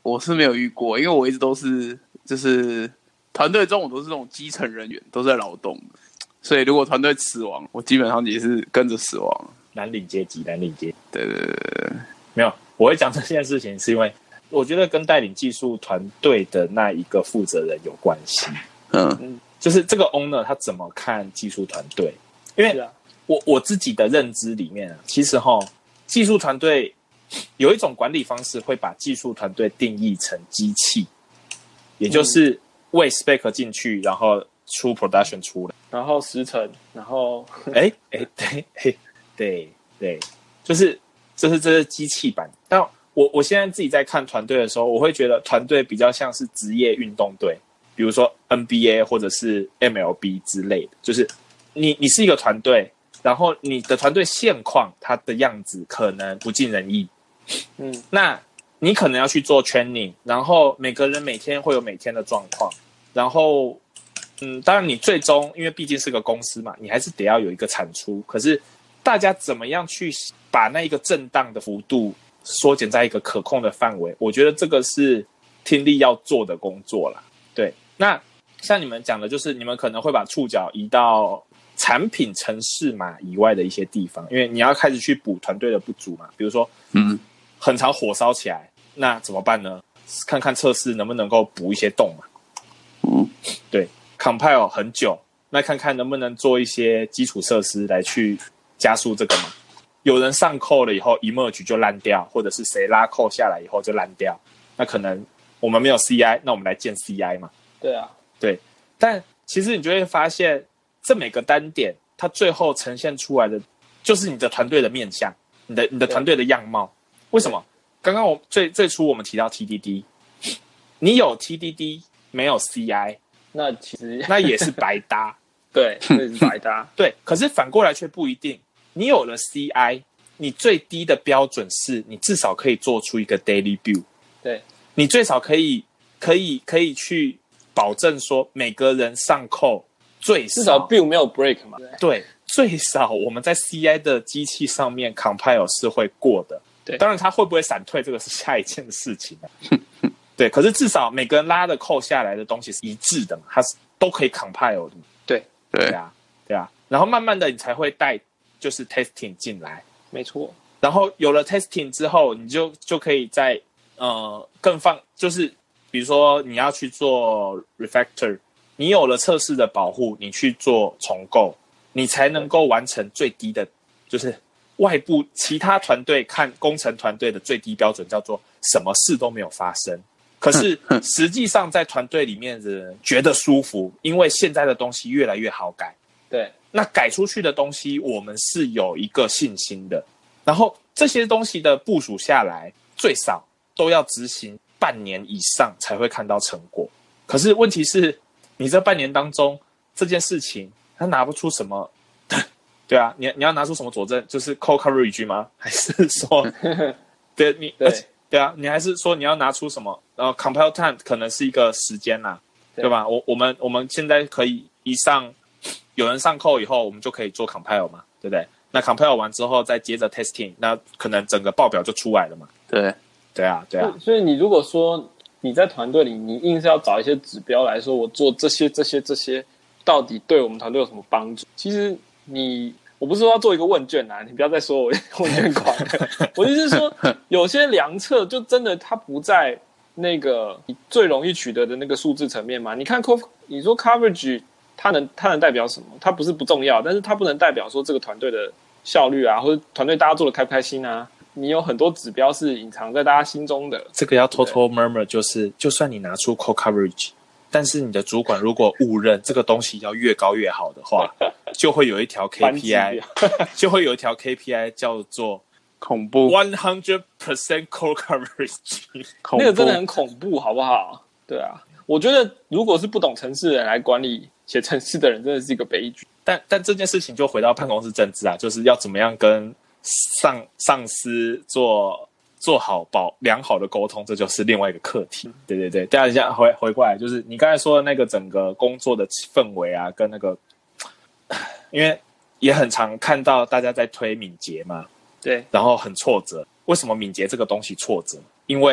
我是没有遇过，因为我一直都是就是团队中我都是那种基层人员，都是在劳动的，所以如果团队死亡，我基本上也是跟着死亡。 蓝领阶级，蓝领阶级。 对对对对， 没有，我会讲这件事情是因为我觉得跟带领技术团队的那一个负责人有关系。 嗯， 就是这个 owner 他怎么看技术团队？因为我我自己的认知里面啊，其实齁，技术团队有一种管理方式会把技术团队定义成机器，也就是喂 spec 进去，然后出 production 出来， 然后时程，然后哎哎对对对对，就是就是这是机器版。但我我现在自己在看团队的时候，我会觉得团队比较像是职业运动队，比如说 N B A 或者是 M L B 之类的，就是你你是一个团队，然后你的团队现况它的样子可能不尽人意，嗯，那你可能要去做 training， 然后每个人每天会有每天的状况，然后嗯，当然你最终因为毕竟是个公司嘛，你还是得要有一个产出，可是大家怎么样去把那一个震荡的幅度缩减在一个可控的范围，我觉得这个是听力要做的工作啦。对，那像你们讲的就是你们可能会把触角移到产品程式码以外的一些地方，因为你要开始去补团队的不足嘛，比如说嗯，很常火烧起来，那怎么办呢？看看测试能不能够补一些洞嘛。嗯，对 compile 很久，那看看能不能做一些基础设施来去加速这个嘛。有人上扣了以后 emerge 就烂掉，或者是谁拉扣下来以后就烂掉，那可能我们没有 C I， 那我们来建 C I 嘛。 对啊， 对，但其实你就会发现这每个单点它最后呈现出来的就是你的团队的面向，你的你的团队的样貌。为什么？刚刚我最最初我们提到 T D D， 你有 T D D 没有 C I， 那其实那也是白搭。 对，那也是白搭。 对，可是反过来却不一定。你有了 C I， 你最低的标准是你至少可以做出一个 daily build。 对， 你最少可以可以可以去保证说每个人上扣最少至少 build 没有 break 嘛。 对，最少我们在 C I 的机器上面 compile 是会过的。 对， 当然它会不会闪退，这个是下一件事情。对，可是至少每个人拉的扣下来的东西是一致的嘛，它是都可以 compile 的。 对对啊，对啊，然后慢慢的你才会带就是 testing 进来。 没错。 然后有了 testing 之后，你就就可以在呃更放，就是比如说你要去做 refactor， 你有了测试的保护，你去做重构，你才能够完成最低的，就是外部其他团队看工程团队的最低标准叫做什么事都没有发生。可是实际上在团队里面的人觉得舒服，因为现在的东西越来越好改。 对， 那改出去的东西我们是有一个信心的，然后这些东西的部署下来最少都要执行半年以上才会看到成果。可是问题是你这半年当中这件事情它拿不出什么对啊，你你要拿出什么佐证？就是 code coverage 吗？还是说对你对对啊，你还是说你要拿出什么？然后 compile time 可能是一个时间啦， 对, 对吧？我我们我们现在可以一上有人上扣以后，我们就可以做 compile 嘛，对不对？那 compile 完之后再接着 testing， 那可能整个报表就出来了嘛。 对对啊，对啊。 所以你如果说你在团队里，你硬是要找一些指标来说，我做这些这些这些，到底对我们团队有什么帮助？其实你。我不是说要做一个问卷啊，你不要再说我问卷狂了。我就是说，有些量测就真的它不在那个最容易取得的那个数字层面嘛。你看 co， 你说 coverage， 它能它能代表什么？它不是不重要，但是它不能代表说这个团队的效率啊，或者团队大家做的开不开心啊。你有很多指标是隐藏在大家心中的。 这个要偷偷 murmur， 就是就算你拿出 co coverage。但是你的主管如果误认这个东西要越高越好的话，就会有一条 K P I， 就会有一条 K P I 叫做恐怖 one hundred percent core coverage， 那个真的很恐怖，好不好？对啊，我觉得如果是不懂程式的人来管理写程式的人，真的是一个悲剧。 但但这件事情就回到办公室政治啊，就是要怎么样跟上上司做。做好保良好的沟通，这就是另外一个课题。对对对，等一下回回过来，就是你刚才说的那个整个工作的氛围啊，跟那个，因为也很常看到大家在推敏捷嘛， 对， 然后很挫折。为什么敏捷这个东西挫折？因为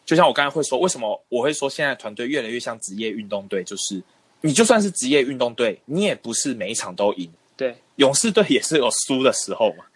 就像我刚才会说，为什么我会说现在团队越来越像职业运动队，就是你就算是职业运动队，你也不是每一场都赢。 对， 勇士队也是有输的时候嘛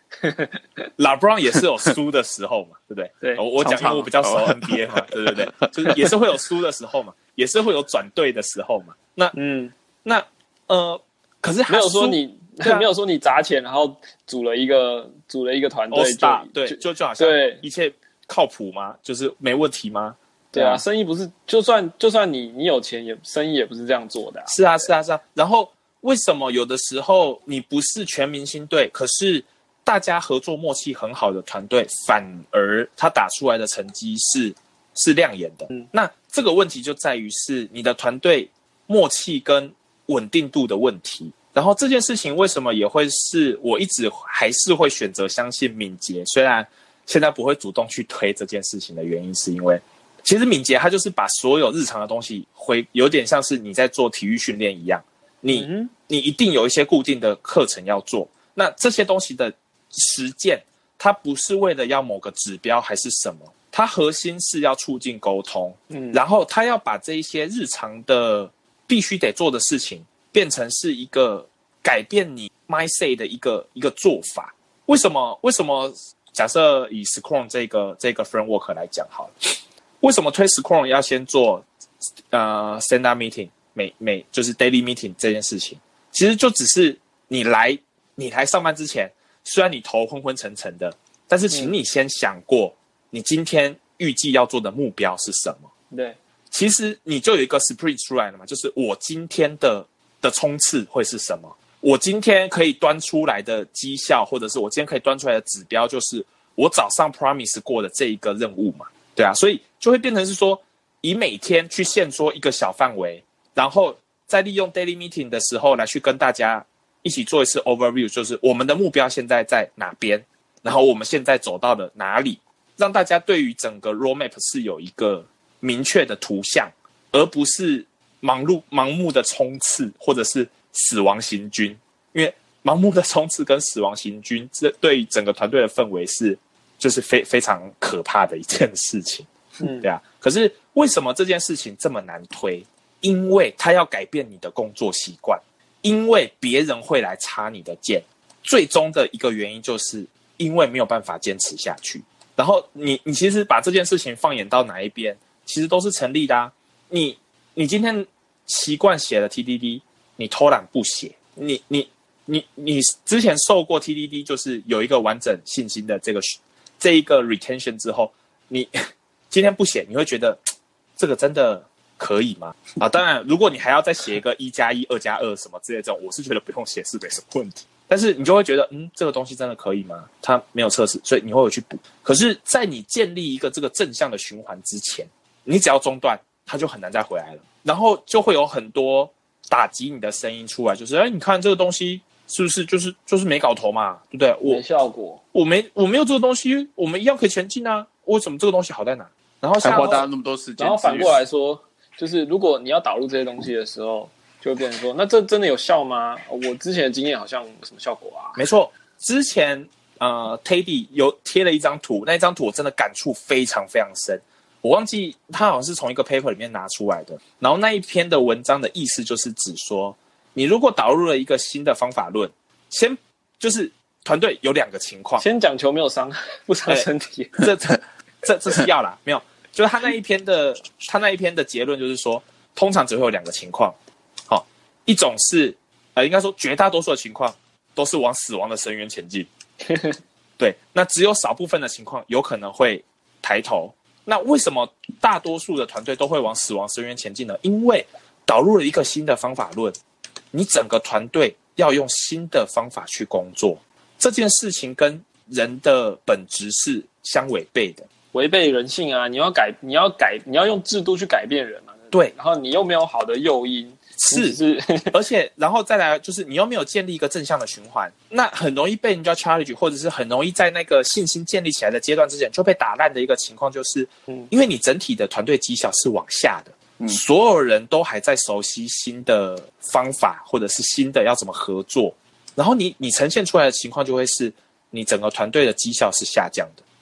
，LeBron 也是有输的时候嘛，对不对？ 对， 我我讲因为我比较熟 N B A 嘛，对对对，就是也是会有输的时候嘛，也是会有转队的时候嘛。那嗯，那呃，可是没有说你、 啊、 没有说你砸钱，然后组了一个组了一个团队，就对，就就好像一切靠谱吗？就是没问题吗？ 对啊，生意不是就算就算你你有钱，也生意也不是这样做的、啊。 是啊，是啊，是啊。然后为什么有的时候你不是全明星队，可是大家合作默契很好的团队，反而他打出来的成绩是是亮眼的？嗯，那这个问题就在于是你的团队默契跟稳定度的问题。然后这件事情为什么也会是我一直还是会选择相信敏捷，虽然现在不会主动去推这件事情的原因，是因为其实敏捷它就是把所有日常的东西回，有点像是你在做体育训练一样，你、嗯、你一定有一些固定的课程要做，那这些东西的实践，它不是为了要某个指标还是什么，它核心是要促进沟通，嗯，然后它要把这一些日常的必须得做的事情，变成是一个改变你 mindset 的一个一个做法。为什么？为什么？假设以 Scrum 这个这个 framework 来讲好了。为什么推 Scrum 要先做呃 stand up meeting 每每就是 daily meeting 这件事情？其实就只是你来你来上班之前，虽然你头昏昏沉沉的，但是请你先想过你今天预计要做的目标是什么？ 对， 其实你就有一个 sprint 出来了嘛，就是我今天的的冲刺会是什么？我今天可以端出来的绩效，或者是我今天可以端出来的指标，就是我早上 promise 过的这一个任务嘛。对啊，所以就会变成是说，以每天去限缩一个小范围，然后再利用 daily meeting 的时候来去跟大家一起做一次 overview， 就是我们的目标现在在哪边，然后我们现在走到了哪里，让大家对于整个 roadmap 是有一个明确的图像，而不是盲目盲目的冲刺或者是死亡行军，因为盲目的冲刺跟死亡行军，这对整个团队的氛围是。就是非非常可怕的一件事情，嗯，对啊。可是为什么这件事情这么难推？因为它要改变你的工作习惯，因为别人会来插你的剑。最终的一个原因就是因为没有办法坚持下去。然后你你其实把这件事情放眼到哪一边，其实都是成立的啊。你你今天习惯写了 T D D， 你偷懒不写，你你你你之前受过 T D D， 就是有一个完整信心的这个。这一个 retention 之后，你今天不写，你会觉得这个真的可以吗？啊，当然，如果你还要再写一个一加一、二加二什么之类的这种，我是觉得不用写是没什么问题。但是你就会觉得，嗯，这个东西真的可以吗？它没有测试，所以你会有去补。可是，在你建立一个这个正向的循环之前，你只要中断，它就很难再回来了。然后就会有很多打击你的声音出来，就是，哎，你看这个东西。是不是就是就是没搞头嘛，对不对？我没效果， 我没我没有这个东西，我们一样可以前进啊。为什么这个东西好在哪？然后还花大家那么多时间， 然后反过来说，就是如果你要导入这些东西的时候，就会变成说，那这真的有效吗？我之前的经验好像什么效果啊？ 没错，之前呃 Teddy 有贴了一张图，那一张图我真的感触非常非常深。我忘记他好像是从一个 paper 里面拿出来的，然后那一篇的文章的意思就是指说。你如果导入了一个新的方法论，先就是团队有两个情况， 先讲求没有伤不伤身体， 这这这这是要啦，没有，就是他那一篇的他那一篇的结论就是说，通常只会有两个情况，好、哦，一种是呃应该说绝大多数的情况都是往死亡的深渊前进，对，那只有少部分的情况有可能会抬头。那为什么大多数的团队都会往死亡深渊前进呢？因为导入了一个新的方法论。你整个团队要用新的方法去工作，这件事情跟人的本质是相违背的， 违背人性啊！你要改，你要改，你要用制度去改变人嘛。 对， 然后你又没有好的诱因， 是，是而且然后再来就是你又没有建立一个正向的循环，那很容易被人家 challenge， 或者是很容易在那个信心建立起来的阶段之前就被打烂的一个情况，就是、嗯、因为你整体的团队绩效是往下的。嗯、所有人都还在熟悉新的方法，或者是新的要怎么合作，然后你你呈现出来的情况就会是，你整个团队的绩效是下降的。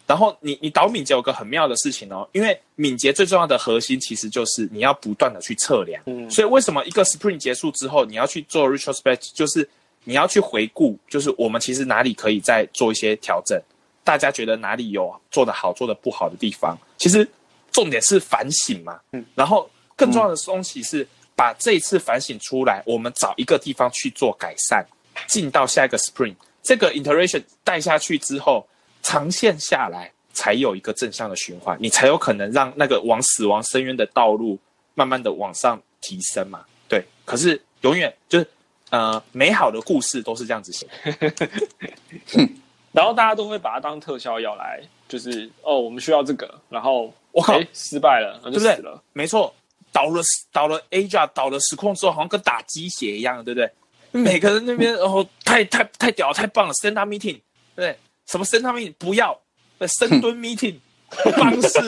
然后你你导敏捷有个很妙的事情哦，因为敏捷最重要的核心其实就是你要不断的去测量，嗯，所以为什么一个 sprint 结束之后你要去做 retrospect， 就是你要去回顾，就是我们其实哪里可以再做一些调整，大家觉得哪里有做得好做得不好的地方，其实重点是反省嘛，嗯，然后更重要的东西是把这一次反省出来，我们找一个地方去做改善，进到下一个 sprint， 这个 iteration 带下去之后，长线下来才有一个正向的循环，你才有可能让那个往死亡深渊的道路慢慢的往上提升嘛。对，可是永远就是呃美好的故事都是这样子写然后大家都会把它当特效药来，就是哦我们需要这个，然后我靠失败了，那就死了，对不对？ 没错，导了导了 Aja 导了实况之后，好像跟打鸡血一样，对不对？每个人那边哦太太太屌了，太棒了 ，stand up meeting， 对不对？什么 stand up meeting 不要，深蹲 meeting， 方式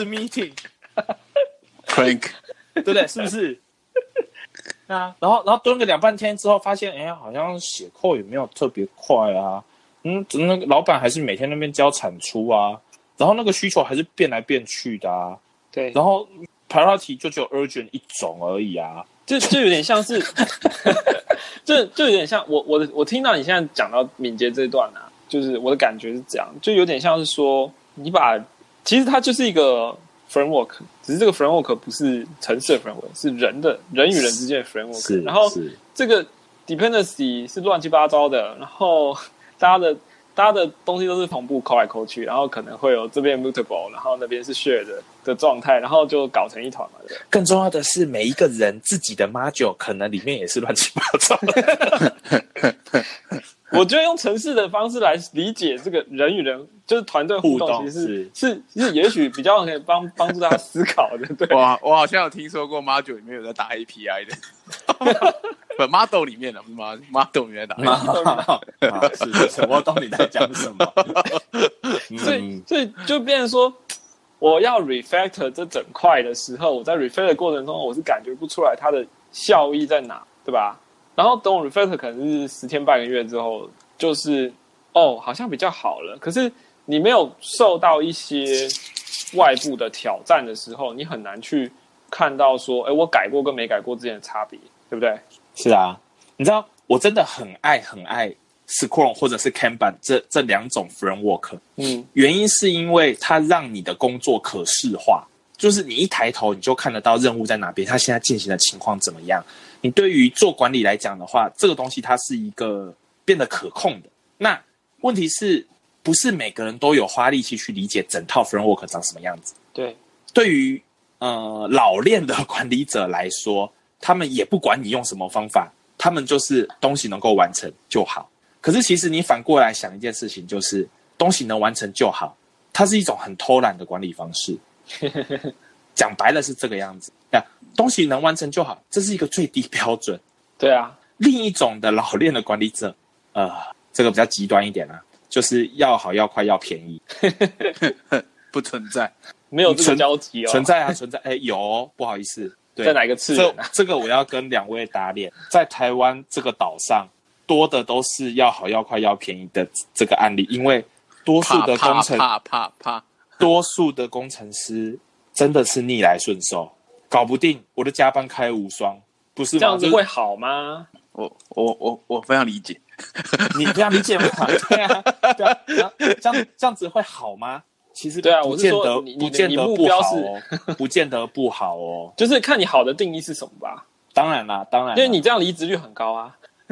meeting，crank， 对不对？是不是？啊，然后然后蹲个两半天之后，发现哎，好像血扣也没有特别快啊，嗯，那个老板还是每天那边交产出啊，然后那个需求还是变来变去的啊， 对， 然后 priority 就只有 urgent 一种而已啊， 就就有点像是，就就有点像我我的我听到你现在讲到敏捷这一段啊。就是我的感觉是这样，就有点像是说，你把其实它就是一个 framework， 只是这个 framework 不是程式的 framework， 是人的人与人之间的 framework。然后这个 dependency 是乱七八糟的，然后大家的大家的东西都是同步抠来抠去，然后可能会有这边 mutable， 然后那边是 shared 的, 的状态，然后就搞成一团嘛。对， 更重要的是，每一个人自己的 module 可能里面也是乱七八糟的。 我觉得用程式的方式来理解这个人与人，就是团队互动，其实是是是也许比较可以帮帮助大家思考的。对， 哇，我好像有听说过 module 里面有在打 A P I 的，不 model 里面的不是吗 ？model 里面打 A P I， 是是是，我懂你在讲什么。 所以所以就变成说，我要 refactor 这整块的时候，我在 refactor 的过程中，我是感觉不出来它的效益在哪，对吧？然后等我 refactor 可能是十天半个月之后，就是哦，好像比较好了。可是你没有受到一些外部的挑战的时候，你很难去看到说，哎，我改过跟没改过之间的差别，对不对？ 是啊，你知道我真的很爱很爱 Scrum 或者是 Kanban 这这两种 framework。嗯，原因是因为它让你的工作可视化，就是你一抬头你就看得到任务在哪边，它现在进行的情况怎么样。你对于做管理来讲的话，这个东西它是一个变得可控的。那问题是不是每个人都有花力气去理解整套 framework 长什么样子？ 对， 对于呃老练的管理者来说，他们也不管你用什么方法，他们就是东西能够完成就好。可是其实你反过来想一件事情，就是东西能完成就好，它是一种很偷懒的管理方式。讲白了是这个样子，东西能完成就好，这是一个最低标准。 对啊， 另一种的老练的管理者，呃，这个比较极端一点啊，就是要好要快要便宜， 不存在， 没有这个交集哦。 存在啊，存在，哎，有哦，不好意思，对， 在哪个次元、 啊？这个我要跟两位打脸，在台湾这个岛上，多的都是要好要快要便宜的这个案例，因为多数的工程， 怕怕怕， 多数的工程师。真的是逆来顺受，搞不定我的加班开无双，不是吗？ 这样子会好吗？ 我我我我非常理解， 你非常理解吗？对啊，对啊，这样这样子会好吗？其实对啊， 不见得， 我是说你不见得不好哦，不见得不好哦， 就是看你好的定义是什么吧。 当然啦，当然啦， 因为你这样离职率很高啊。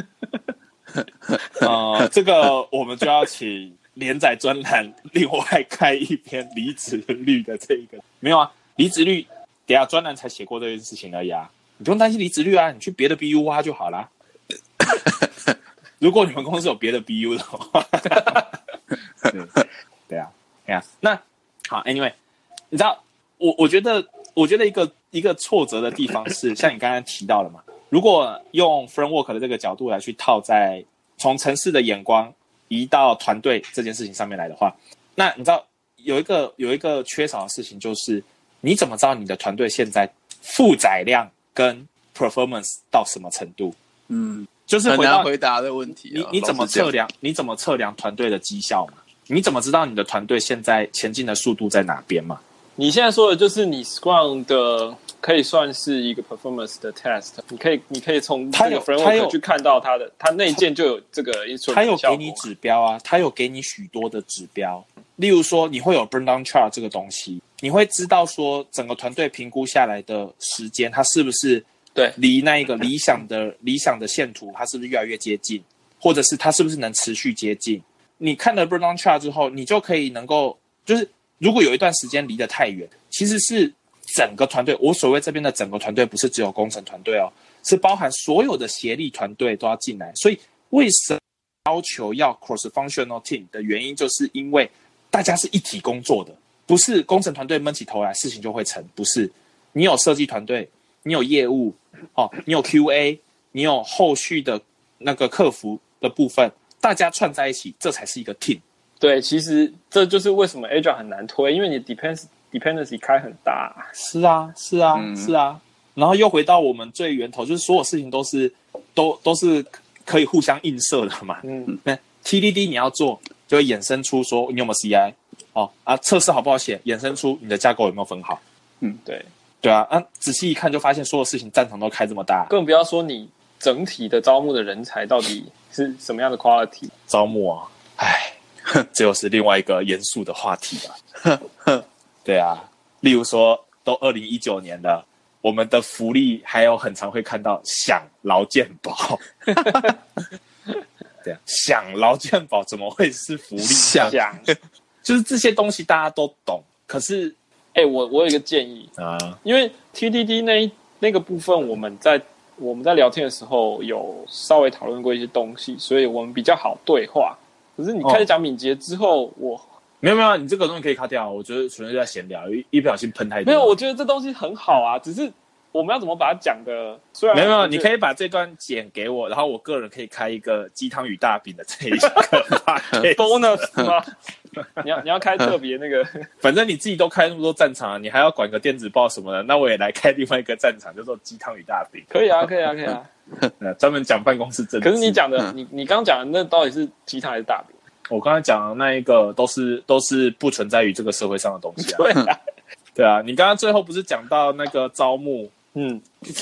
呃，这个我们就要请。连载专栏另外开一篇离职率的这一个没有啊，离职率等一下专栏才写过这件事情而已啊，你不用担心离职率啊，你去别的 B U 挖就好啦。如果你们公司有别的 B U 的话，对, 对啊，对啊。那好 ，Anyway， 你知道我我觉得我觉得一个一个挫折的地方是，像你刚才提到了嘛，如果用 framework 的这个角度来去套在从程式的眼光。移到团队这件事情上面来的话，那你知道有一个有一个缺少的事情，就是你怎么知道你的团队现在负载量跟 performance 到什么程度？嗯，就是回到很难回答的问题、啊。 你你怎么测量？你怎么测量团队的绩效嘛？ 你怎么知道你的团队现在前进的速度在哪边嘛？ 你现在说的就是你 Scrum 的可以算是一个 performance 的 test， 你可以你可以从这个 framework 去看到它的它内建就有这个 instrument 它有给你指标啊，它有给你许多的指标，例如说你会有 burn down chart 这个东西，你会知道说整个团队评估下来的时间，它是不是对离那一个理想的理想的线图，它是不是越来越接近，或者是它是不是能持续接近？你看了 burn down chart 之后，你就可以能够就是。如果有一段时间离得太远，其实是整个团队，我所谓这边的整个团队不是只有工程团队哦，是包含所有的协力团队都要进来。所以为什么要求要 cross functional team 的原因，就是因为大家是一体工作的，不是工程团队闷起头来事情就会成，不是。你有设计团队，你有业务，哦，你有 Q A， 你有后续的那个客服的部分，大家串在一起，这才是一个 team。 对，其实这就是为什么 Agile 很难推，因为你 depends dependency 开很大。是啊，是啊，嗯、是啊。然后又回到我们最源头，就是所有事情都是都都是可以互相映射的嘛。嗯，那 T D D 你要做，就会衍生出说你有没有 C I 哦啊，测试好不好写，衍生出你的架构有没有分好。 嗯，对， 对啊，啊，仔细一看就发现所有事情战场都开这么大， 更不要说你整体的招募的人才到底是什么样的 quality。 招募啊，唉。这又是另外一个严肃的话题了。对啊，例如说，都二零一九年了，我们的福利还有很常会看到享劳健保。对啊，享劳健保怎么会是福利？ 享就是这些东西大家都懂，可是， 哎、欸，我我有一个建议啊， 因为 T D D 那那个部分，我们在我们在聊天的时候有稍微讨论过一些东西，所以我们比较好对话。可是你开始讲敏捷之后，哦、我没有没有，你这个东西可以卡掉。我觉得纯粹在闲聊，一一不小心喷太多。 没有，我觉得这东西很好啊，只是我们要怎么把它讲的？虽然没有没有，你可以把这段剪给我，然后我个人可以开一个鸡汤与大饼的这一个 bonus 吗？你要你要开特别那个， 反正你自己都开那么多战场，你还要管个电子报什么的，那我也来开另外一个战场，叫做鸡汤与大饼。 可以啊，可以啊，可以啊。 专门讲办公室政治。 可是你讲的，你你刚讲的那到底是鸡汤还是大饼？ 我刚才讲的那一个都是都是不存在于这个社会上的东西啊。 对啊， 对啊，你刚刚最后不是讲到那个招募， 嗯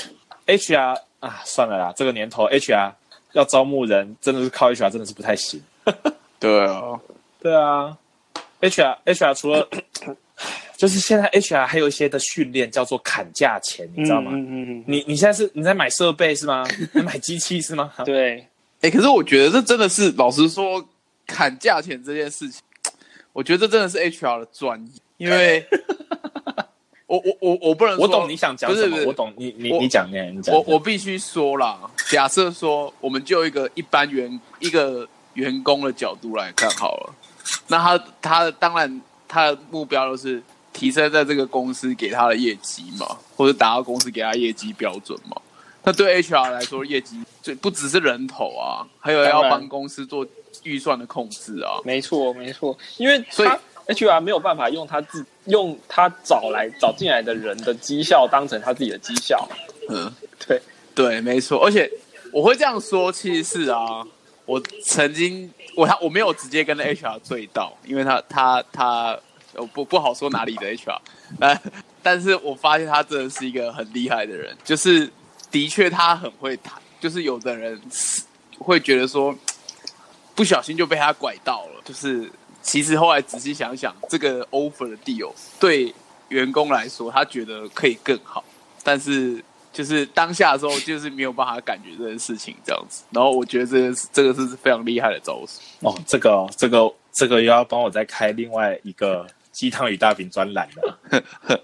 ，H R 啊，算了啦，这个年头 H R 要招募人，真的是靠 H R 真的是不太行。 对啊， 对啊 ，H R H R 除了就是现在 H R 还有一些的训练叫做砍价钱，你知道吗？嗯嗯嗯。你你现在是你在买设备是吗？你买机器是吗？ 对。 哎、欸，可是我觉得这真的是，老实说，砍价钱这件事情，我觉得这真的是 H R 的专业，因为我我我我不能说， 我懂你想讲什么， 不是不是我懂你你你讲你讲， 我我必须说啦，假设说我们就一个一般员一个员工的角度来看好了，那他他当然他的目标就是提升在这个公司给他的业绩嘛，或者达到公司给他业绩标准嘛。那对 H R 来说，业绩就不只是人头啊，还有要帮公司做预算的控制啊。 没错，没错，因为所以 H R 没有办法用他自用他找来找进来的人的绩效当成他自己的绩效。 嗯， 对对，没错。而且我会这样说，其实是啊，我曾经我他我没有直接跟 H R 对到，因为他他他不不好说哪里的 H R， 呃，但是我发现他真的是一个很厉害的人，就是。的确，他很会谈，就是有的人会觉得说，不小心就被他拐到了。就是其实后来仔细想想，这个 offer 的 deal 对员工来说，他觉得可以更好，但是就是当下的时候，就是没有办法感觉这件事情这样子。然后我觉得这个这个是非常厉害的招数。 哦，这个这个这个又要帮我再开另外一个鸡汤与大饼专栏了。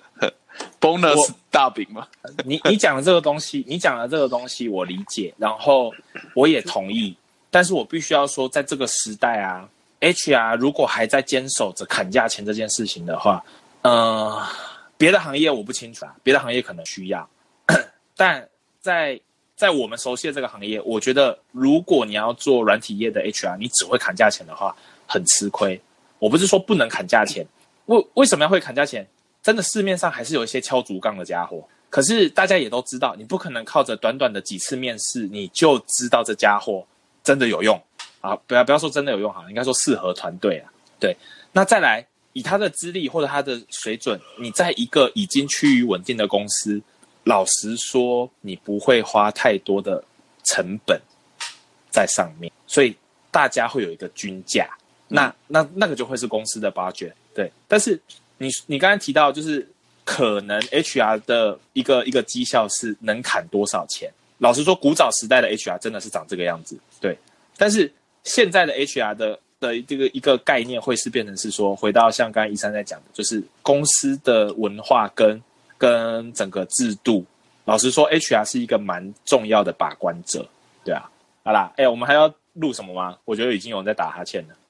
bonus 大饼吗？ 你你讲的这个东西，你讲的这个东西我理解，然后我也同意，但是我必须要说，在这个时代啊 ，H R 如果还在坚守着砍价钱这件事情的话，呃，别的行业我不清楚啊，别的行业可能需要，但在在我们熟悉的这个行业，我觉得如果你要做软体业的 H R， 你只会砍价钱的话，很吃亏。我不是说不能砍价钱，为为什么要会砍价钱？真的市面上还是有一些敲竹杠的家伙，可是大家也都知道，你不可能靠着短短的几次面试，你就知道这家伙真的有用啊！不要不要说真的有用好，应该说适合团队啊。 对，那再来以他的资历或者他的水准，你在一个已经趋于稳定的公司，老实说，你不会花太多的成本在上面，所以大家会有一个均价。那那那个就会是公司的 budget， 对。但是你你刚才提到，就是可能 H R 的一个一个绩效是能砍多少钱？老实说，古早时代的 H R 真的是长这个样子，对。但是现在的 H R 的的这个一个概念会是变成是说，回到像刚才一三在讲的，就是公司的文化跟跟整个制度。老实说 ，H R 是一个蛮重要的把关者，对啊。好啦，哎、欸，我们还要录什么吗？我觉得已经有人在打哈欠了。